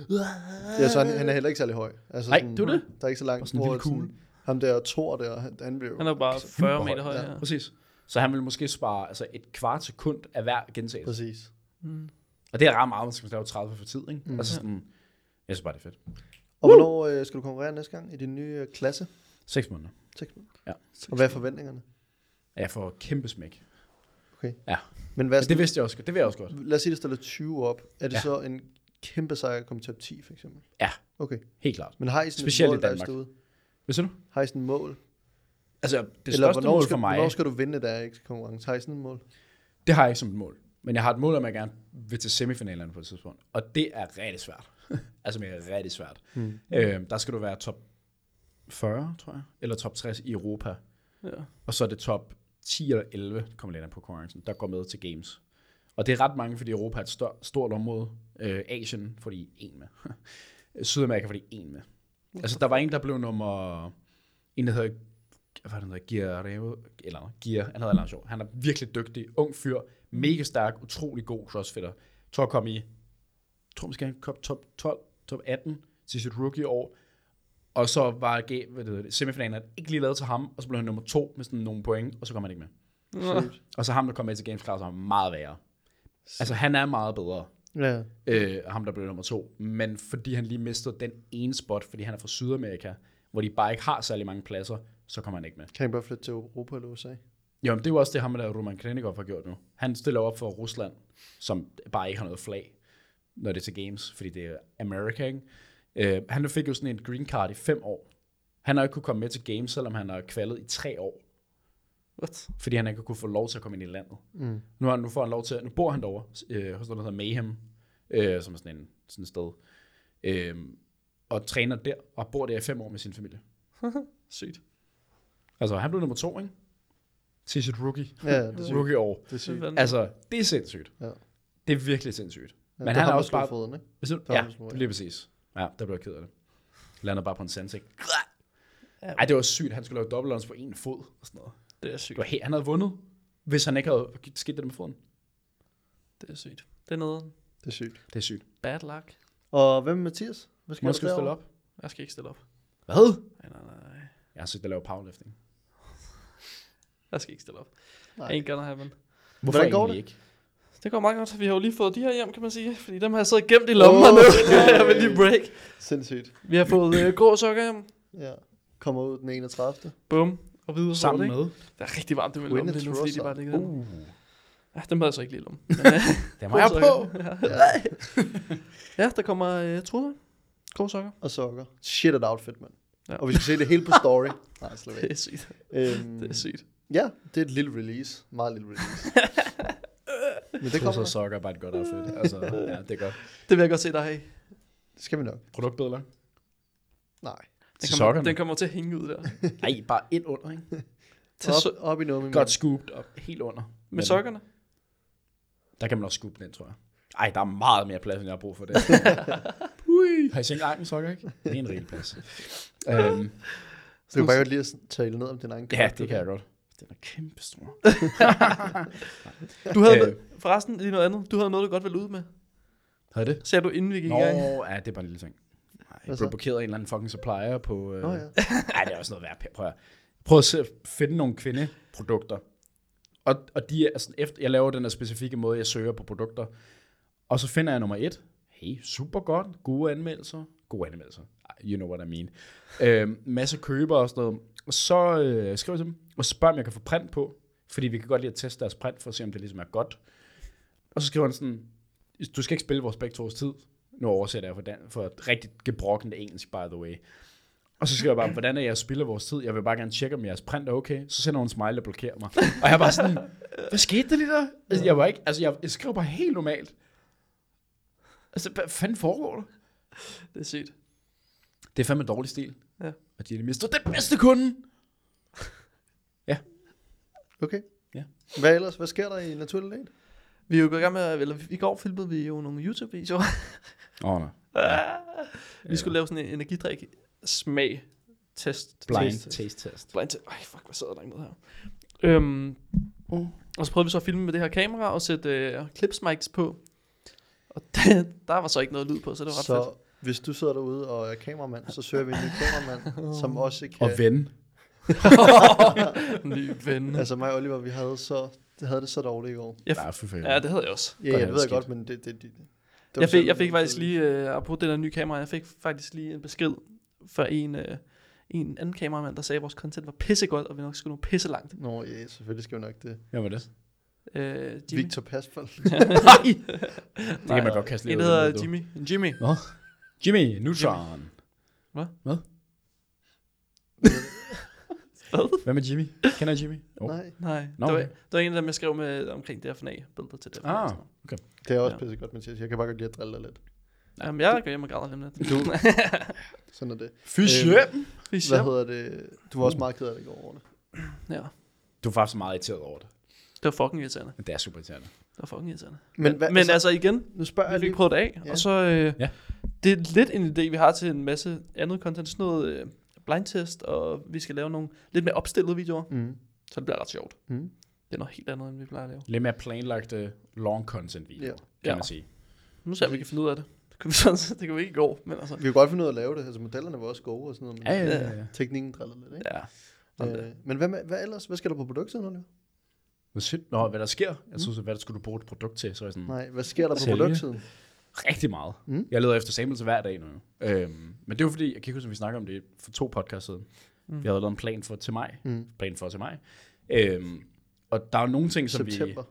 Ja, så han, han er heller ikke særlig høj. Altså, Nej, sådan, det er det. Der er ikke så langt. Og sådan en hvor lille kugle. sådan- Ham der Thor der, han, han blev Han er bare fyrre meter høj. Ja. Ja. Præcis. Så han vil måske spare altså et kvart sekund af hver gentagelse. Præcis. Mm. Og det er ret meget, man skal lave tredive for tid, ikke? Mm. Mm. Altså sådan, jeg synes bare, det er fedt. Og hvornår øh, skal du konkurrere næste gang i din nye øh, klasse? Seks måneder. Seks måneder. Ja. Og hvad er forventningerne? Jeg får kæmpe smæk. Okay. Ja. Men hvad er Men det sådan, vidste jeg også godt. Det vil jeg også godt. lad os sige, der stiller tyve op. Er det Ja. så en kæmpe sejr at komme til top ti, for eksempel? Ja. Okay. Helt klart. Men har I sådan Specielt et i mål, der er Danmark. stået? Hvad siger du? Har I sådan et mål? Altså, det Eller største hvornår mål skal, for mig, hvornår skal du vinde der ikke konkurrence? Har I sådan et mål? det har jeg ikke som et mål. Men jeg har et mål, om at jeg gerne vil til semifinalerne på et tidspunkt. Og det er rigtig svært. altså, det er rigtig svært. Hmm. Øh, der skal du være top fyrre, tror jeg. Eller top tres i Europa. Ja. Og så er det top ti eller elleve, kommer lidt an på konkurrencen, der går med til games. Og det er ret mange, fordi Europa er et stør, stort område. Øh, Asien får de en med. Sydamerika får de en med. Altså, der var en, der blev nummer... En, der hedder... Hvad hedder det? Giarreo, eller noget. Gier, han hedder sjov. Han er virkelig dygtig, ung fyr, mega stærk, utrolig god crossfitter. Jeg tror, jeg kom i... Jeg tror, måske han kom top tolv, top atten til sit rookie-år. Og så var G, hvad det hedder, semifinalen ikke lige lavet til ham, og så blev han nummer to med sådan nogle point, og så kom han ikke med. Ja. Sygt. Og så ham, der kom med til Games Class, var meget værre. Altså, han er meget bedre, Ja. øh, ham der blev nummer to. Men fordi han lige mistede den ene spot, fordi han er fra Sydamerika, hvor de bare ikke har særlig mange pladser, så kommer han ikke med. Kan I bare flytte til Europa eller U S A? Jo, men det er jo også det, ham der Roman Kanenikov har gjort nu. Han stiller op for Rusland, som bare ikke har noget flag, når det er til Games, fordi det er America, ikke? Øh, han fik jo sådan en green card i fem år. Han har ikke kunne komme med til Games, selvom han har kvalet i tre år. What? Fordi han ikke kunne få lov til at komme ind i landet. Mm. Nu, har, nu får han lov til, nu bor han derovre, øh, hos noget, der hedder Mayhem, øh, som er sådan, en, sådan et sted, øh, og træner der, og bor der i fem år med sin familie. Sygt. Altså, han blev nummer to, ikke? Til sit rookie, Ja, det er sygt. rookie-år. Det er sygt. Vanvittigt. Altså, det er sindssygt. Ja. Det er virkelig sindssygt. Ja, Men det han har er man også slået bare... foden, ikke? Hvis du, Der var ja, han slået, det bliver præcis. Ja, der blev jeg ked af det. Landede bare på en sands, ikke? Ja, Ej, det var sygt. Han skulle lave dobbeltruns på en fod og sådan noget. det er sygt. Det var helt, han havde vundet, hvis han ikke havde skidt det med foden. Det er sygt. Det er noget. Det er sygt. Det er sygt. Bad luck. Og hvem med Mathias? Hvad skal Må du skal du stille derovre? op? Jeg skal ikke stille op. Hvad? Nej, nej, nej. Jeg har set dig lave powerlifting. Jeg skal ikke stille op. Nej. Ain't gonna happen. Hvorfor Hvordan går egentlig det? ikke? Det går meget godt. Vi har jo lige fået de her hjem, kan man sige. Fordi dem har jeg siddet gemt i lommen Åh, oh, nu. okay. Jeg vil lige break. Sindssygt. Vi har fået øh, grå sokker hjem. Ja. Kommer ud den enogtridste Bum. Og hvide Sammen sorte, med? ikke? Det er rigtig varmt, det med lommen lige nu, fordi de bare ligger der. Uh, Ja, dem havde jeg så ikke lige i lommen. Men, øh, det var jeg på. ja, der kommer øh, truder. Grå sokker. Og sokker. Shit et outfit, mand. Ja. Og vi skal se det hele på story. Nej, slet Det ikke. er sygt. Øhm, Det er sygt. Ja, det er et lille release. Meget lille release. Men det Det kommer så der. sokker er bare et godt outfit. Altså, ja, det er godt. Det vil jeg godt se dig have. Det skal vi nok. Produktbilleder? Nej. Den Til kommer, sokkerne? den kommer til at hænge ud der. Nej, bare ind under, ikke? Til Op, so- op i noget med Godt scooped op, helt under. med Men sokkerne. Der kan man også scoope den ind, tror jeg. Ej, der er meget mere plads, end jeg har brug for det. Ui. Har I set egen sokker, ikke? Det er en rigtig plads. øhm, Så du kan bare godt lige at tale ned om din egen ja, karakter. det kan jeg godt. Den er kæmpe stor. Du havde Øh. øh. forresten lige noget andet. Du havde noget, du godt ville ud med. Har det? Ser du inden vi gik Nå, i gang? ja, det er bare en lille ting. Nej, jeg Hvad blev så? blokeret af en eller anden fucking supplier på... Øh... Nå ja. Ej, det er også noget værd. Prøv at, prøv at se, at finde nogle kvindeprodukter. Og, og de er, altså, efter, jeg laver den her specifikke måde, jeg søger på produkter. Og så finder jeg nummer et. Hey, super godt. Gode anmeldelser. Gode anmeldelser. You know what I mean. Øh, masse køber og sådan noget. Og så øh, skriver jeg til dem, og så spørger jeg, om jeg kan få print på. Fordi vi kan godt lide at teste deres print, for at se, om det ligesom er godt. Og så skriver han sådan, du skal ikke spille vores begge tos tid. Nu oversætter jeg for, dan- for et rigtig gebrokkende engelsk, by the way. Og så skriver jeg bare, hvordan er jeg spiller vores tid? Jeg vil bare gerne tjekke, om jeres print er okay. Så sender hun en smile, der blokerer mig. Og jeg var sådan, hvad skete der lige der? Altså, jeg var ikke, altså, jeg, jeg skrev bare helt normalt. Altså, hvad fanden foregår der? Det er sygt. Det er fandme dårlig stil. Ja. Og de mister den bedste kunde. Okay. Ja. Hvad ellers? Hvad sker der i Naturlig Lægt? Vi er jo gået i gang med, eller i går filmede vi jo nogle YouTube-videoer. Åh, oh, nej. Ja. Vi skulle lave sådan en energidrik smag test. Blind Taste. taste test. Blind test. Ej, fuck, hvad sidder der langt ned her. Øhm, Uh. og så prøvede vi så at filme med det her kamera og sætte øh, clips mics på. Og der, der var så ikke noget lyd på, så det var ret Så fedt. hvis du sidder derude og er kameramand, så søger vi en ny kameramand, som også kan... Og ven. Ny ven. Altså mig og Oliver, vi havde, så, det havde det så dårligt i går. Jeg, Nej, for fanden. ja, det havde jeg også. Ja, Godt ja, det have ved jeg skidt. godt, men det... det, det, det var Jeg fik, selv- jeg fik faktisk lige, øh, apropos det der nye kamera, jeg fik faktisk lige en besked fra en, øh, en anden kameramand, der sagde, at vores content var pissegodt, og vi nok skulle nå pisse langt. Nå, ja, selvfølgelig skal vi nok det. Hvad var det? Øh, Jimmy. Victor Pasfald. Nej! Det kan man godt kaste lidt En, der ud med, hedder du. Jimmy. Jimmy. Nå. Jimmy Neutron. Hvad? Hvad? Hvad? Hvad med Jimmy? Kender I Jimmy? Oh. Nej, Nej, Nå, det, var, okay. det var en af dem, jeg skrev med omkring D F N A-billeder til D F N A. Ah. og sådan noget. det er også Ja. pisse godt, Mathias. Jeg kan bare godt lide at drille dig lidt. Jamen, jeg går hjem og græder lidt. Du, sådan er det. Fy Øhm, sjøm! Hvad hedder det? Du var også meget ked af det i går over det. Ja, Du er faktisk meget irriteret over det. det var fucking irriterende. Men det er super irriterende. Det var fucking irriterende. Men, hvad, Men altså, altså igen, nu spørger vi jeg fik lige. prøvet det af, Ja. og så, øh, Ja. det er lidt en idé, vi har til en masse andet content, sådan noget øh, blind test, og vi skal lave nogle lidt mere opstillede videoer, Mm. så det bliver ret sjovt. Mm. Det er noget helt andet, end vi plejer at lave. Lidt mere planlagte long content videoer, Ja. kan Ja. man sige. Nu ser vi, om vi kan finde ud af det. Det kan vi, sådan, det kan vi ikke i går, men altså, Vi kan godt finde ud af at lave det. Altså modellerne var også gode og sådan noget. Men Ja, ja, ja. ja. teknikken drillede lidt, ikke? ja. Sådan Øh, det. men hvad, med, hvad ellers? Hvad skal der på produktet, Oliver? Hvad siger du? Nå, hvad der sker? Jeg synes, hvad der skulle du bruge et produkt til? Så er jeg sådan, Nej, hvad sker der på Sælge. produktsiden? rigtig meget. Mm. Jeg leder efter samples hver dag nu. Øhm, men det er jo fordi, jeg kan ikke huske, at vi snakker om det for to podcasts siden. Mm. Vi havde lavet en plan for til maj. Mm. Plan for til maj. Øhm, og der er jo nogle ting, som September.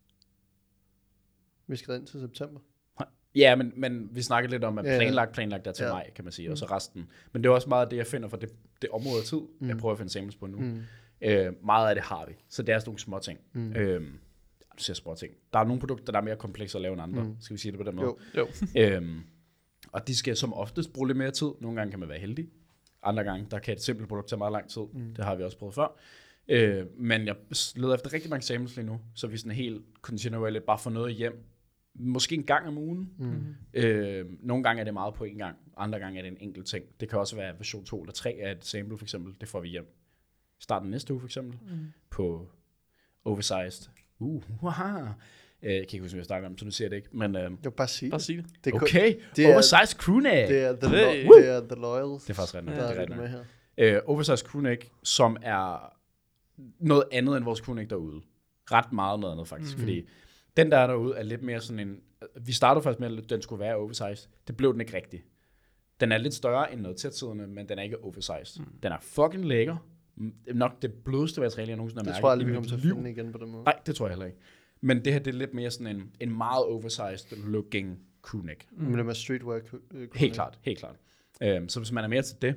Vi skal ind til september. vi... Ja, men, men vi snakkede lidt om, at Ja, ja. planlagt, planlagt der til Ja. maj, kan man sige. Og så resten. Men det er også meget af det, jeg finder for det, det område af tid, Mm. jeg prøver at finde samples på nu. Mm. Øh, meget af det har vi. Så det er sådan nogle små ting. Mm. Øhm, du siger små ting. Der er nogle produkter, der er mere komplekse at lave end andre. Mm. Skal vi sige det på den måde? Jo. Jo. Øhm, og de skal som oftest bruge lidt mere tid. Nogle gange kan man være heldig. Andre gange, der kan et simpelt produkt tage meget lang tid. Mm. Det har vi også prøvet før. Øh, men jeg leder efter rigtig mange samples lige nu, så vi sådan helt kontinuerligt bare får noget hjem. Måske en gang om ugen. Mm. Øh, nogle gange er det meget på en gang. Andre gange er det en enkelt ting. Det kan også være version to eller tre af et sample, for eksempel. Det får vi hjem. Starten næste uge, for eksempel. Mm. På oversized. Uh, uhaha. Øh, jeg kan ikke huske, hvad jeg snakker om, så nu siger jeg det ikke. Men øh, Jeg vil bare sige Bare det. sig det. Det er, okay, det er- oversized crewneck. det er the, Hey. lo- det er the loyals. Det er faktisk rigtigt. Der Det er er rigtigt. med her. Øh, oversized crewneck, som er noget andet end vores crewneck derude. ret meget noget andet faktisk, Mhm. mm. fordi den der er derude er lidt mere sådan en, vi startede faktisk med, at den skulle være oversized. Det blev den ikke rigtig. Den er lidt større end noget tætsiddende, men den er ikke oversized. Mm. Den er fucking lækker. Det er nok det blødeste materiale, jeg nogensinde har Det mærket tror jeg aldrig, i vi mit kommer til at liv. finde igen på den måde. Nej, det tror jeg heller ikke. Men det her, det er lidt mere sådan en, en meget oversized looking crewneck. Mm. Men det med streetwear. Øh, Helt klart, helt klart. Øhm, så hvis man er mere til det,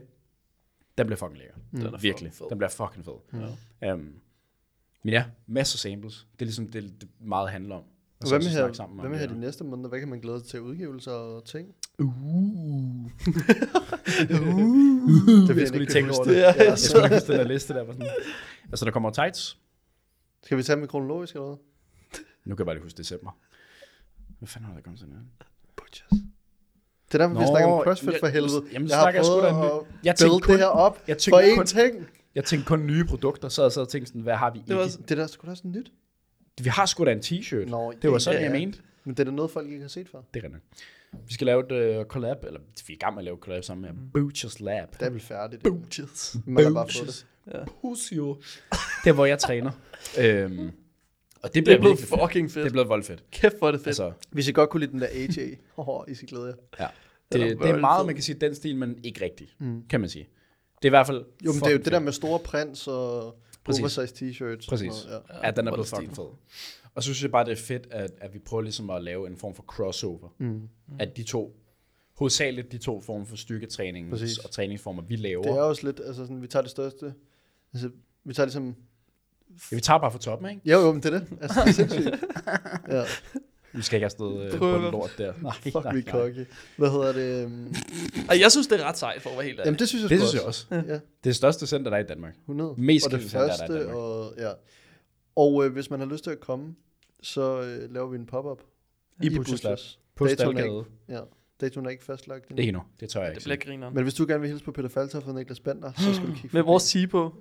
den bliver fucking lækker. Mm. Den er Virkelig. fucking fed. Den bliver fucking fed. Ja. Øhm, men ja, masser af samples. Det er ligesom det, det meget handler om. Og hvad med så her, snakke sammen om hvad med her det de næste måneder? Hvad kan man glæde sig til udgivelser og ting? Uh. uh. Det vil jeg jeg skulle lige ikke tænke købe over det. det. Ja, Jeg skulle lige huske den der liste der. Var sådan. Altså, der kommer tights. Skal vi tage dem kronologisk eller hvad? Nu kan jeg bare lige huske december. Hvad fanden har der kommet sådan noget? Butchers. Det er derfor, vi Nå, snakker om CrossFit jeg- for helvede. jamen, jeg har snakker jeg sgu prøvet da at en ny- Jeg build tænkte kun, det her op jeg for tænkte én kun, ting. jeg tænkte kun nye produkter, så jeg sad og tænkte sådan, hvad har vi Det ikke? var, Det der sgu da sådan nyt. Vi har sgu da en t-shirt. Nå, Det var ja, sådan, ja, jeg ja. mente. Men det er da noget, folk ikke har set før. Det er rigtigt. Vi skal lave et uh, collab, eller vi er i gang med at lave et collab sammen med Butchers Lab. Det er vel færdigt. Butchers. Man har bare fået det. Butchers. Ja. Pusio. Det er, hvor jeg træner. øhm, og det Det bliver er blevet virkelig fedt. fucking fedt. Det er blevet voldfedt. Kæft, hvor er det fedt. Altså, Hvis I godt kunne lide den der A J. Åh, I skal glæde jer. ja. Den er Det, det er voldfed. meget, man kan sige, den stil, men ikke rigtig, Mm. kan man sige. Det er i hvert fald Jo, men det er jo fucking det der fedt. med store prints og Præcis. oversized t-shirts. Præcis. Og sådan noget, ja. Ja, den er hvor blevet stil. fucking fed. Og så synes jeg bare, det er fedt, at, at vi prøver ligesom at lave en form for crossover. Mm. At de to, hovedsageligt de to former for styrketræning Præcis. og træningsformer, vi laver. Det er også lidt, altså sådan, vi tager det største. Altså, vi tager ligesom... Ja, vi tager bare fra toppen, ikke? Jo, jo, men det er det. Altså, det er sindssygt. Ja, Vi skal ikke afsted øh, på Prøv en at- lort der. Nej, fuck, nej, vi er nej. cocky. Hvad hedder det? Um, Ej, jeg synes, det er ret sejt, for at være helt ærlig. jamen, det synes jeg Det sgu synes jeg også. Ja, Det er det største center, der er i Danmark. hundrede. Mest og det kendte center, der er i første, Danmark. og ja. Og øh, hvis man har lyst til at komme, så øh, laver vi en pop-up. I Butchers Lab. På Datoen er Stalgade. Ja, datoen er ikke fastlagt endnu. Ikke endnu. Det tør jeg Det ikke. bliver sige. grineren. Men hvis du gerne vil hilse på Peter Faltoft og Niklas Bender, så skal du kigge Med forbi. vores sige på.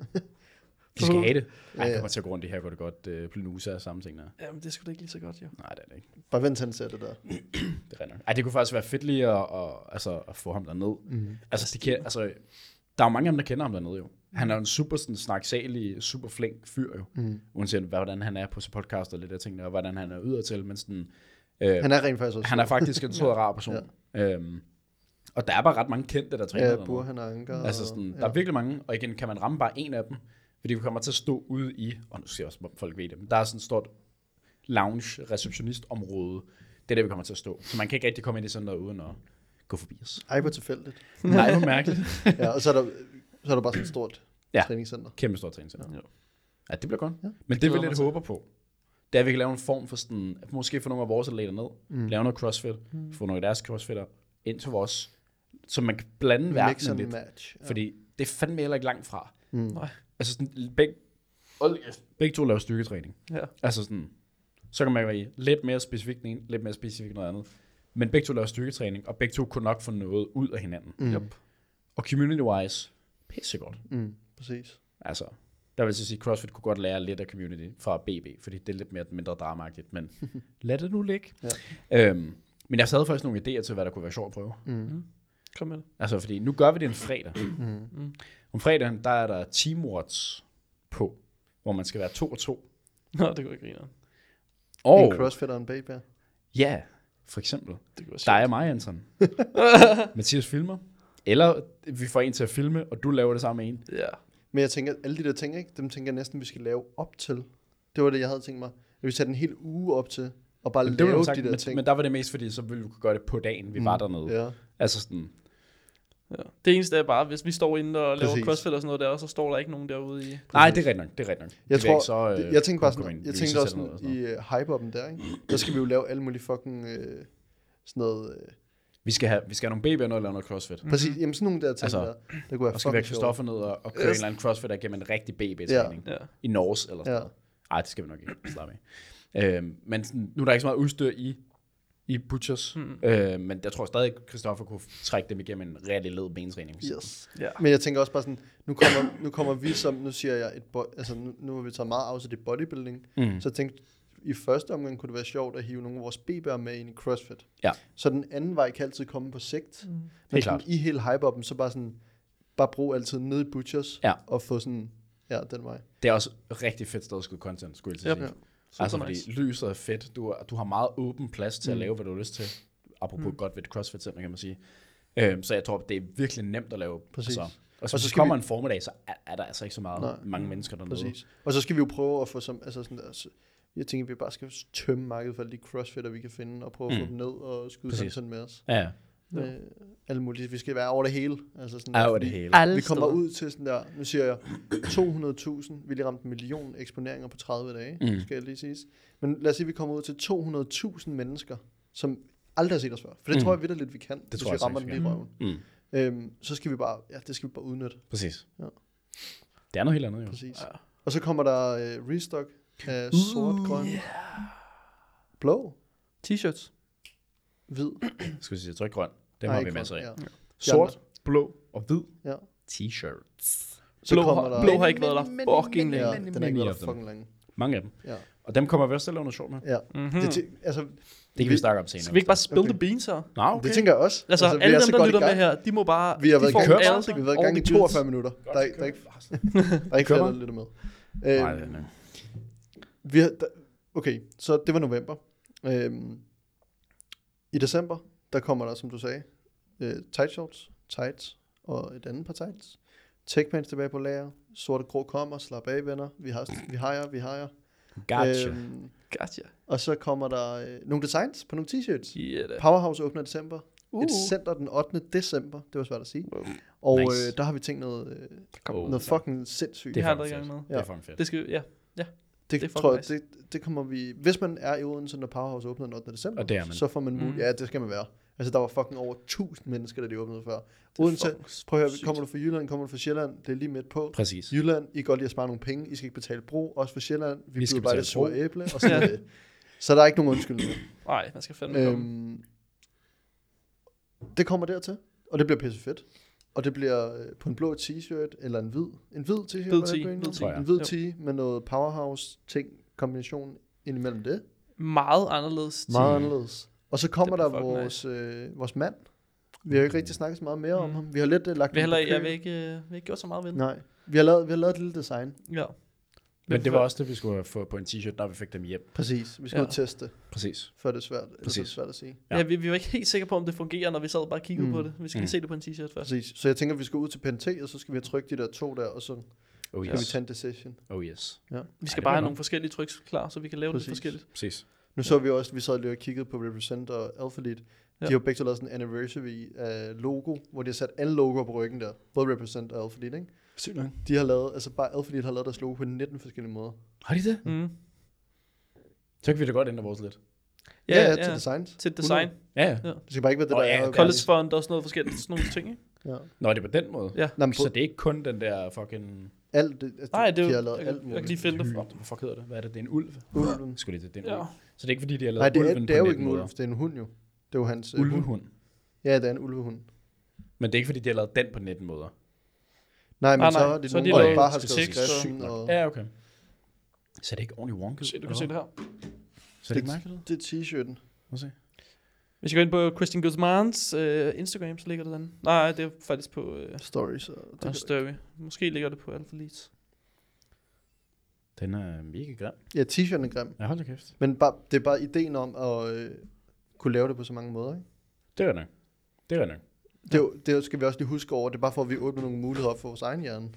De skal have det. Ja, Ej, ja. kommer til at gå rundt i her, går det godt. Øh, Plenusa og samme ting der. Jamen, det skulle da ikke lige så godt, jo. Nej, det er det ikke. Bare vent til han ser det der. Det er rent nok. Ej, det kunne faktisk være fedt lige at, at, altså, at få ham derned. Mm. Altså, de kan, altså, der er jo mange af dem, der kender ham dernede jo. Han er jo en super sådan, snaksalig, super flink fyr jo. Mm. Uanset hvordan han er på sin podcast og lidt af ting der, og hvordan han er udadtil. Men sådan, øh, Han er rent faktisk også han er sød. faktisk en sød og rar person. Ja. Øhm, og der er bare ret mange kendte, der træner Ja, dernede. Burhan og Anker. Altså og- sådan, ja. der er virkelig mange, og igen, kan man ramme bare en af dem, fordi vi kommer til at stå ude i, og nu siger jeg også, at folk ved det, men der er sådan et stort lounge-receptionistområde. Det er det, vi kommer til at stå. Så man kan ikke rigtig komme ind i sådan noget, uden at gå forbi os. Ej, hvor tilfældigt. Nej, hvor mærkeligt. Ja, og så er der, så er der bare sådan et stort Ja. træningscenter. Kæmpe stort træningscenter. Ja. Ja, det bliver godt. Ja. Men det, vi glæder mig lidt til. håber på, det er, at vi kan lave en form for sådan, måske få nogle af vores atleter ned, Mm. lave noget crossfit, mm. få nogle af deres crossfitter ind til vores, så man kan blande Mix verdenen and lidt. match. Ja. Fordi det er fandme heller ikke langt fra. Mm. Nej. Altså sådan, begge, begge to laver styrketræning. Ja. Altså sådan, så kan man være i lidt mere specifikt en, lidt mere specifikt noget andet. Men begge to laver styrketræning, og begge to kunne nok få noget ud af hinanden. Mm. Yep. Og community-wise, pissegodt. Mm. Præcis. Altså, der vil jeg så sige, CrossFit kunne godt lære lidt af community fra B B, fordi det er lidt mere mindre dramagtigt, men lad det nu ligge. Ja. Øhm, men jeg havde faktisk nogle idéer til, hvad der kunne være sjovt at prøve. Mm. Kom med det. Altså, fordi nu gør vi det en fredag. Mm. Om fredagen, der er der teamworks på, hvor man skal være to og to. Nå, det kunne ikke grine. Og En crossfitter og en baby. ja, for eksempel, Det kunne der være er mig, Anton. Mathias filmer. Eller vi får en til at filme, og du laver det samme med en. Ja. Men jeg tænker, alle de der ting, ikke, dem tænker jeg næsten, vi skal lave op til. Det var det, jeg havde tænkt mig. Jeg ville sætte en hel uge op til, og bare Men, det var lave jo de sagt, der men, ting. men der var det mest, fordi så ville vi kunne gøre det på dagen, vi mm, var dernede. Ja. Altså sådan, Ja. Det eneste er bare, hvis vi står inde og laver Præcis. crossfit og sådan noget der, så står der ikke nogen derude i... nej, det er rigtigt nok, det er rigtigt nok. Jeg Det vil tror, ikke så, det, øh, jeg tænkte bare komme sådan, ind. jeg Vi tænkte skal også sætte sådan, noget og sådan i uh, hype-upen der, ikke? Der skal vi jo lave alle mulige fucking, uh, sådan noget, uh, Vi skal have, vi skal have nogle babyer ned og lave noget crossfit. mm. præcis, jamen sådan nogle der ting Altså, der, der kunne være Og skal vi have fucking Christoffer ned og, og køre en eller anden crossfit gennem en rigtig B B-træning. Ja. I Norge eller sådan Ja. noget. Ej, det skal vi nok ikke slappe af. Øhm, men sådan, nu er der ikke så meget udstyr i, i Butchers. Mm. Øh, men jeg tror stadig, at Christoffer kunne trække dem igennem en rigtig led bentræning. Yes. Ja. Men jeg tænker også bare sådan, nu kommer, nu kommer vi som, nu siger jeg, et bo, altså nu, nu har vi taget meget afsæt i bodybuilding, Mm. så jeg tænkte, i første omgang kunne det være sjovt at hive nogle af vores B B'er med ind i CrossFit. Ja. Så den anden vej kan altid komme på sigt. Mm. Men Helt sådan, klart. i hele hype-upen, så bare sådan, bare brug altid ned i Butchers, Ja. og få sådan, ja, den vej. Det er også et rigtig fedt sted at skyde content, skulle jeg til Yep. sige. Ja. Super Altså, fordi nice. lyset er fedt. Du, du har meget åben plads til mm. at Mm. lave, hvad du har lyst til. Apropos Mm. mm. godt ved et CrossFit-center, kan man sige. Øhm, så jeg tror, det er virkelig nemt at lave. Præcis. Altså, og, Og så, så så skal kommer vi- en formiddag, så er, er der altså ikke så meget, Nej. mange mennesker dernede. Præcis. Og så skal vi jo prøve at få som, altså sådan der, så jeg tænker, at vi bare skal tømme markedet for alle de crossfitter, vi kan finde, og prøve at Mm. få dem ned og skyde Præcis. sådan med os. Ja, ja. Ja. Øh, alle mulige. Vi skal være over det hele. Altså sådan Er der, over det fordi hele. Alle Vi kommer steder. ud til sådan der, nu siger jeg to hundrede tusind, vi lige ramt en million eksponeringer på tredive dage, Mm. mm. skal jeg lige sige. Men lad os sige, at vi kommer ud til to hundrede tusind mennesker, som aldrig har set os før. For det Mm. tror jeg vitterligt, vi kan, hvis tror vi jeg rammer sagtens, den vi lige i kan. røven. Mm. Øhm, så skal vi bare, ja, det skal vi bare udnytte. Præcis. Ja. Det er noget helt andet, jo. Præcis. Ja. Og så kommer der øh, restock af sort, grøn, blå, T-shirts. hvid. Skal vi sige, jeg tror ikke grøn. Dem Nej, har vi ikke masser af. grøn, ja. Sort, blå og hvid. Ja. T-shirts. Så Blå kommer har- der, blå har ikke været der fucking længe. ja, den har ikke many været of der them. fucking længe. Mange af dem. Ja. Og dem kommer vi også til at lave noget sjovt med. Ja. Mm-hmm. Det, ti- altså, Det kan vi snakke om senere. Skal vi ikke bare spille Okay. the beans her? Nå, okay. det tænker jeg også. Altså, vi alle er dem, så der godt i lytter med gang. her, de må bare... Vi har de været i får gang, alle vi har været i gang i all the toogfyrre goods. minutter. Godt, Der er, så der er ikke, kører vi. der er ikke Kører flere, man? der lytter med. Nej, Øhm, nej, nej. vi har, der, okay, så det var november. Øhm, I december, der kommer der, som du sagde, øh, tight shorts, tights og et andet par tights. Techpants tilbage på lager. Sorte grå kommer, slap af venner. Vi har, vi har jer, vi har jer. Gotcha. Øhm, Gotcha. og så kommer der øh, nogle designs på nogle t-shirts. Yeah, da. Powerhouse åbner i december. Uh. Et center den ottende december. Det var svært at sige. Og Nice. øh, der har vi tænkt noget, øh, Oh, noget fucking sindssygt. Det Det er har jeg fucking allerede i gang med. Det er fucking fedt. Det skal ja. Det, det er det fucking tror jeg, nice. det, det kommer vi... Hvis man er i Odense, når Powerhouse åbner den ottende december, Og det er man. så får man mulighed... Mm. Ja, det skal man være. Altså, der var fucking over tusind mennesker, da de åbnede før. Odense, prøv at høre, kommer du fra Jylland, kommer du fra Sjælland, det er lige midt på. Præcis. Jylland, I kan godt lide at spare nogle penge, I skal ikke betale bro, også for Sjælland, vi, Vi skal byder bare betale det sure bro. æble, og sådan Ja. er det. Så der er ikke nogen undskyldning. Nej, man skal fandme komme. øhm, det kommer dertil, og det bliver pisse fedt. Og det bliver øh, på en blå t-shirt, eller en hvid, en hvid t-shirt, Hvid var det tee, på hvid engelsk? tee. Tror jeg. En hvid Jo. tee med noget Powerhouse ting, kombination indimellem det. Meget anderledes. til- Meget anderledes. Og så kommer Det der bliver fucking vores, øh, vores mand. Vi har jo ikke rigtig snakket så meget mere om Mm. ham. Vi har lidt øh, lagt Vi har ham på heller, jeg køl. vil ikke, øh, vi har ikke gjort så meget ved den. Nej. Vi har, lavet, vi har lavet et lille design. Ja. Men det var også det, vi skulle få på en t-shirt, når vi fik dem hjem. Præcis. Vi skal Ja. ud og teste, Præcis. før det er svært. Ellers er det Præcis. svært at sige. Ja, Ja. vi, vi var ikke helt sikre på, om det fungerer, når vi sad og bare kiggede Mm. på det. Vi skal Mm. lige se det på en t-shirt først. Præcis. Så jeg tænker, at vi skal ud til P N T, og så skal vi have trykt de der to der, og så Oh skal vi yes. tage en decision. Oh yes. Ja. Vi skal Ej, det bare bliver have godt. nogle forskellige tryks klar, så vi kan lave Præcis. det forskelligt. Præcis. Nu så vi også, vi sad lige og kiggede på Represent og Alpha Lead. De Ja. har jo begge to lavet sådan en anniversary af logo, hvor de har sat alle logoer på ryggen der. Både Represent og Alpha Lead, ikke? Sygt nok. De har lavet, altså bare Alpha Lead har lavet deres logo på nitten forskellige måder. Har de det? Mm. Så kan vi da godt ændre vores lidt. Ja, ja, til designs. Til design. Ja, ja. Det skal bare ikke være det, Åh, der ja, er. okay. College fund og sådan noget forskelligt. Sådan nogle ting, ikke? Ja. Nå, er det på den måde? Ja. Nå, men Så på, det er ikke kun den der fucking... alt det, altså, Nej, det er de jo- har lavet jeg- alt jeg kan muligt. lige finde det. Hyl. Hvad fuck hedder det? Hvad er det? Det er en ulv? Ulven. Skulle det til den Ja. ulv? Så det er ikke fordi, de har lavet Nej, det er, ulven det er på jo ikke nitten en måder. ulv, det er en hund jo. Det er jo hans øh, hund. Ulvehund. Ja, det er en ulvehund. Men det er ikke fordi, de har lavet den på nitten måder. Nej, men Nej, så nej, har de så har nogen, de der lavet bare har til skrevet tekst og- skriften. Og, Ja, okay. Så er det ikke ordentligt wonky. Se, du kan se det her. Så er det ikke mærkeligt ud? det er t-shirten. Må se. Hvis jeg går ind på Christian Guzmans øh, Instagram, så ligger det den. Nej, det er faktisk på øh, Stories. Og det der kan- story. Måske ligger det på Alpha Leads. Den er mega grim. Ja, t-shirten er grim. Ja, hold da kæft. Men bare, det er bare ideen om at øh, kunne lave det på så mange måder, ikke? Det er nok. Det er nok. Det, er jo, det skal vi også lige huske over. Det er bare for, at vi åbner nogle muligheder op for vores egen hjerne.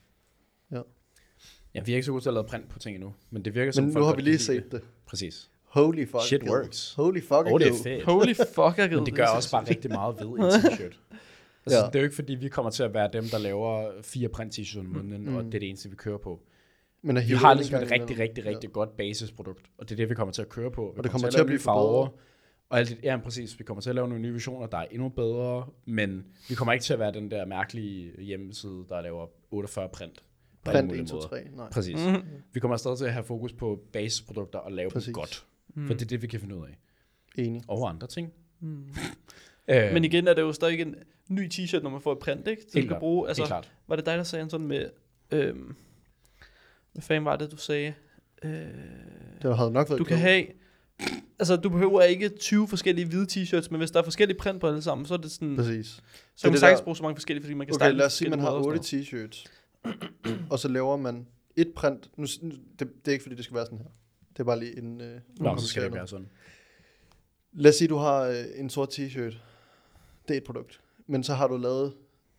Ja, vi er ikke så gode til at lave print på ting endnu. Men det virker som Men nu folk har godt vi lige kan lide set det. Præcis. Holy fuck. Shit Gil. works. Holy fuck. Åh, oh, det er Gil. fedt. Holy fuck, jeg Men det gør også bare rigtig meget ved en t-shirt. Altså, Ja. det er jo ikke fordi, vi kommer til at være dem, der laver fire print t-shirts om måneden, Mm. og det er det eneste, vi kører på. Men at Vi hive har den en ligesom et gang rigtig, imellem. rigtig, rigtig godt basisprodukt, og det er det, vi kommer til at køre på. Vi det kommer til at lave blive nye farver, forbedret. og alt det, ja, præcis. Vi kommer til at lave nogle nye visioner, der er endnu bedre, men vi kommer ikke til at være den der mærkelige hjemmeside, der laver otteogfyrre print. på alle Print mulige en, to, måder. tre. Nej. Præcis. Mm. Vi kommer stadig til at have fokus på basisprodukter og lave Præcis. dem godt, Mm. for det er det, vi kan finde ud af. Enig. Og andre ting. Mm. Øh, Men igen er det jo stadig en ny t-shirt, når man får et print, ikke? Så du Helt kan klart. bruge, altså, altså, klart. var det dig, der sagde en sådan med, øhm, hvad fanden var det, du sagde? Øh, Det havde nok været du kan klogt. have, altså du behøver ikke tyve forskellige hvide t-shirts, men hvis der er forskellige print på alle sammen, så er det sådan, Præcis. så Så kan man det sagtens der- bruge så mange forskellige, fordi man kan Okay, starte lad os sige, man har forskellige otte måder og t-shirts. Og så laver man et print. Nu, s- nu- det, det er ikke, fordi det skal være sådan her. Det er bare lige en... Øh, Nå, så skal det være sådan. Lad os sige, du har øh, en sort t-shirt. Det er et produkt. Men så har du lavet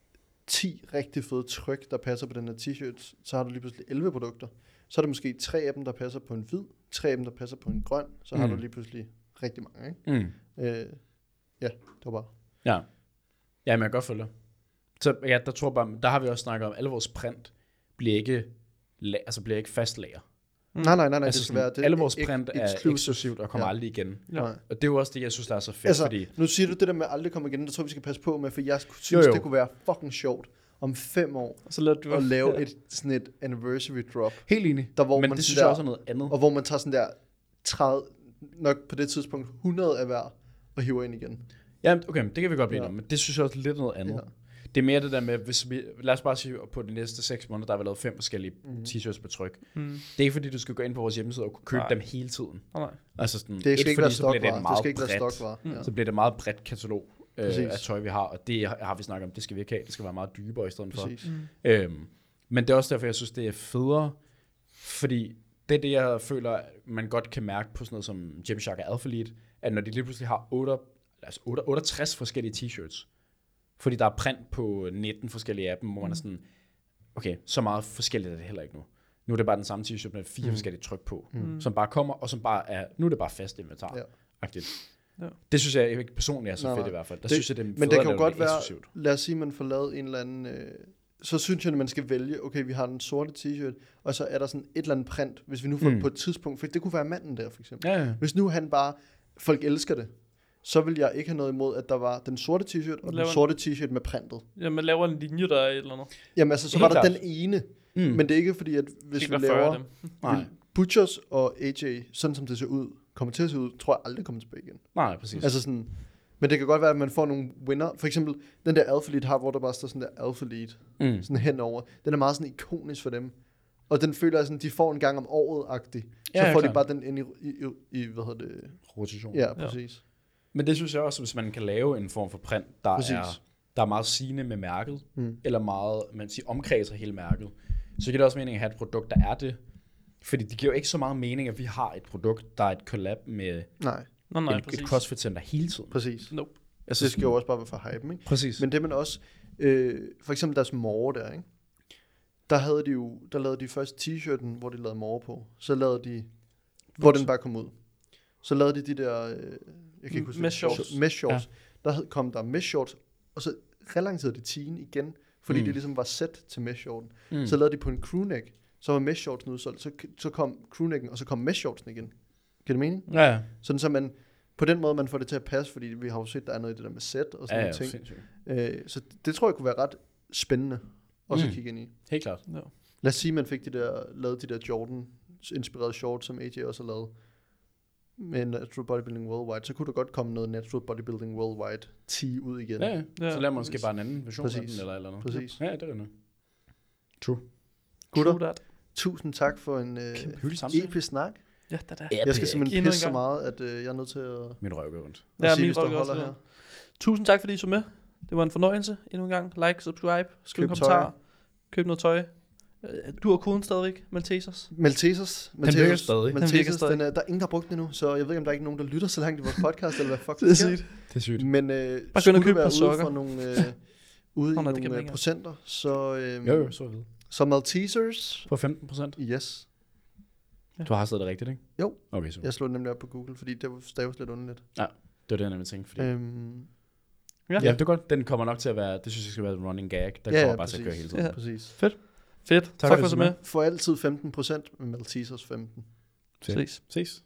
ti rigtig fede tryk, der passer på den her t-shirt. Så har du lige pludselig elleve produkter. Så er der måske tre af dem, der passer på en hvid. Tre af dem, der passer på en grøn. Så mm. har du lige pludselig rigtig mange, ikke? Mm. Øh, ja, det var bare... Ja. Ja, men jeg kan godt følge. Så ja, der tror bare, der har vi også snakket om, at alle vores print bliver ikke, la- altså bliver ikke fast lager. Mm. Nej, nej, nej, nej, altså det skal sådan, være... Det alle vores ek- print er exclusive. eksklusivt og kommer Ja. aldrig igen. Ja. Nej. Og det er jo også det, jeg synes, der er så fedt, Altså, fordi... nu siger du det der med aldrig komme igen, det tror jeg, vi skal passe på med, for jeg synes, Jo, jo. det kunne være fucking sjovt om fem år Og så lader du at lave ja. et, sådan et anniversary drop, Helt enig. der, hvor Men man det sådan synes jeg der, også er noget andet. og hvor man tager sådan der tredive, nok på det tidspunkt hundrede af hver, og hiver ind igen. Ja, okay, men det kan vi godt blive Ja. ja. om, men det synes jeg også er lidt noget andet. Ja. Det er mere det der med, hvis vi, lad os bare sige, at på de næste seks måneder, der har vi lavet fem forskellige Mhm. t-shirts på tryk. Mm. Det er ikke fordi, du skal gå ind på vores hjemmeside og kunne købe Nej. dem hele tiden. Oh, nej. Altså sådan, Det skal et, ikke fordi være så bliver det stokvarer. en Det meget skal ikke være bredt- stokvarer. Mm. Ja. Så bliver det meget bredt katalog øh, Præcis. af tøj, vi har, og det har vi snakket om, det skal vi ikke have. Det skal være meget dybere i stedet for. Præcis. Mm. Øhm, men det er også derfor, jeg synes, det er federe, fordi det er det, jeg føler, man godt kan mærke på sådan noget som Gymshark og Alpha Elite, at når de lige pludselig har otte, altså otteogtres forskellige t-shirts, fordi der er print på nitten forskellige af dem, hvor man er sådan, okay, så meget forskelligt er det heller ikke nu. Nu er det bare den samme t-shirt med fire mm. forskellige tryk på, Mm. som bare kommer, og som bare er, nu er det bare fast inventar. Ja. Agtigt. Ja. Det synes jeg ikke personligt er så Nej, fedt nej. i hvert fald. Der Det- synes jeg, det er Men federe det at kan jo lave godt være, eksklusivt. lad os sige, man får lavet en eller anden, øh, så synes jeg, at man skal vælge, okay, vi har den sorte t-shirt, og så er der sådan et eller andet print, hvis vi nu får Mm. mm. på et tidspunkt, for det kunne være manden der, for eksempel. Ja, ja. Hvis nu han bare, folk elsker det, så vil jeg ikke have noget imod, at der var den sorte t-shirt, og Laver den en- sorte t-shirt med printet. Ja, man laver en linje, der er et eller andet. Jamen altså, så Helt var der klart. den ene, Mm. men det er ikke fordi, at hvis Det vi kan være fyrre laver af dem. Nej, Butchers og A J, sådan som det ser ud, kommer til at se ud, tror jeg aldrig kommer tilbage igen. nej, præcis. Altså sådan, men det kan godt være, at man får nogle winner. For eksempel, den der Alpha Elite har, hvor der bare står sådan der Alpha Elite, Mm. sådan henover. Den er meget sådan ikonisk for dem. Og den føler jeg sådan, de får en gang om året-agtig. Så Ja, ja, får de klart. bare den ind i, i, i, i hvad hedder det? Rotation. Ja, præcis. Men det synes jeg også, hvis man kan lave en form for print, der Præcis. er der er meget sigende med mærket, Mm. eller meget, man siger, omkredser hele mærket, så giver det også mening at have et produkt, der er det. Fordi det giver jo ikke så meget mening, at vi har et produkt, der er et collab med Nej, Nå, nej, et, præcis. et CrossFit-center hele tiden. præcis. Nope. Altså, det skal jo også bare være for hypen, ikke? Præcis. Men det man også, øh, for eksempel deres morge der, ikke? Der havde de jo, der lavede de først t-shirten, hvor de lavede morge på. Så lavede de, hvor den bare kom ud. Så lavede de de der, øh, jeg kan ikke huske, Mesh hvad- shorts. Mesh shorts. Ja. Der hed- kom der mesh shorts, og så relancerede de tigen igen, fordi Mm. mm. det ligesom var sæt til mesh shorten. Mm. Mm. Så lavede de på en crewneck, så var mesh shortsen udsolgt, så, så kom crewnecken, og så kom mesh shortsen igen. Giver det mening? Ja, ja. Sådan så man, på den måde, man får det til at passe, fordi vi har jo set, der er noget i det der med sæt og sådan Ja, ja, ja, nogle ting. sindssygt. Øh, så det tror jeg kunne være ret spændende også Mm. at kigge ind i. Helt klart. Ja. Lad os sige, man fik de der, lavet de der Jordan-inspirerede shorts, som A J også har lavet med Natural Bodybuilding Worldwide, så kunne der godt komme noget Natural Bodybuilding Worldwide ti ud igen. Ja, ja. Ja, Så laver man måske præcis. bare en anden version af Præcis. den, eller et eller andet. Præcis. Ja, det er det. True. Gutter, True that. tusind tak for en øh, Hyggelig samtale. episk snak. Ja, da, da. Jeg skal simpelthen Endnu en pisse så gang. meget, at øh, jeg er nødt til at, Min røv går rundt. at Ja, sige, min hvis du røv gør holder også her. Tusind tak, fordi I så med. Det var en fornøjelse endnu en gang. Like, subscribe, skriv en Køb kommentar. Køb noget tøj. Øh, Du har koden stadigvæk, Maltesers. Maltesers. Den virker stadig. Den virker Maltesers, stadig. den er, der er ingen, der har brugt den endnu, så jeg ved ikke, om der er ikke nogen, der lytter så langt i vores podcast, eller hvad fuck Det er der sker. sygt. Det er sygt. Men øh, Bare gå ind og skulle køb du være et par ude sokker. for nogle, øh, ude i Nå, nej, det kan nogle man øh, ikke. procenter, så, øh, Jo, jo, så er det. så Maltesers, På femten procent. yes. Du har stadig det rigtigt, ikke? Jo. Okay, så. Jeg slog den nemlig op på Google, fordi det var staves lidt underligt. Det var det, jeg nemlig tænkte. Fordi... Øhm, Ja. Ja, det er godt. Den kommer nok til at være, det synes jeg skal være en running gag. Der ja, kommer ja, bare til at køre hele præcis. tiden. Ja. Præcis. Fedt. Tak, tak for at se med. For altid femten procent med Maltesers femten. Ses. Ses.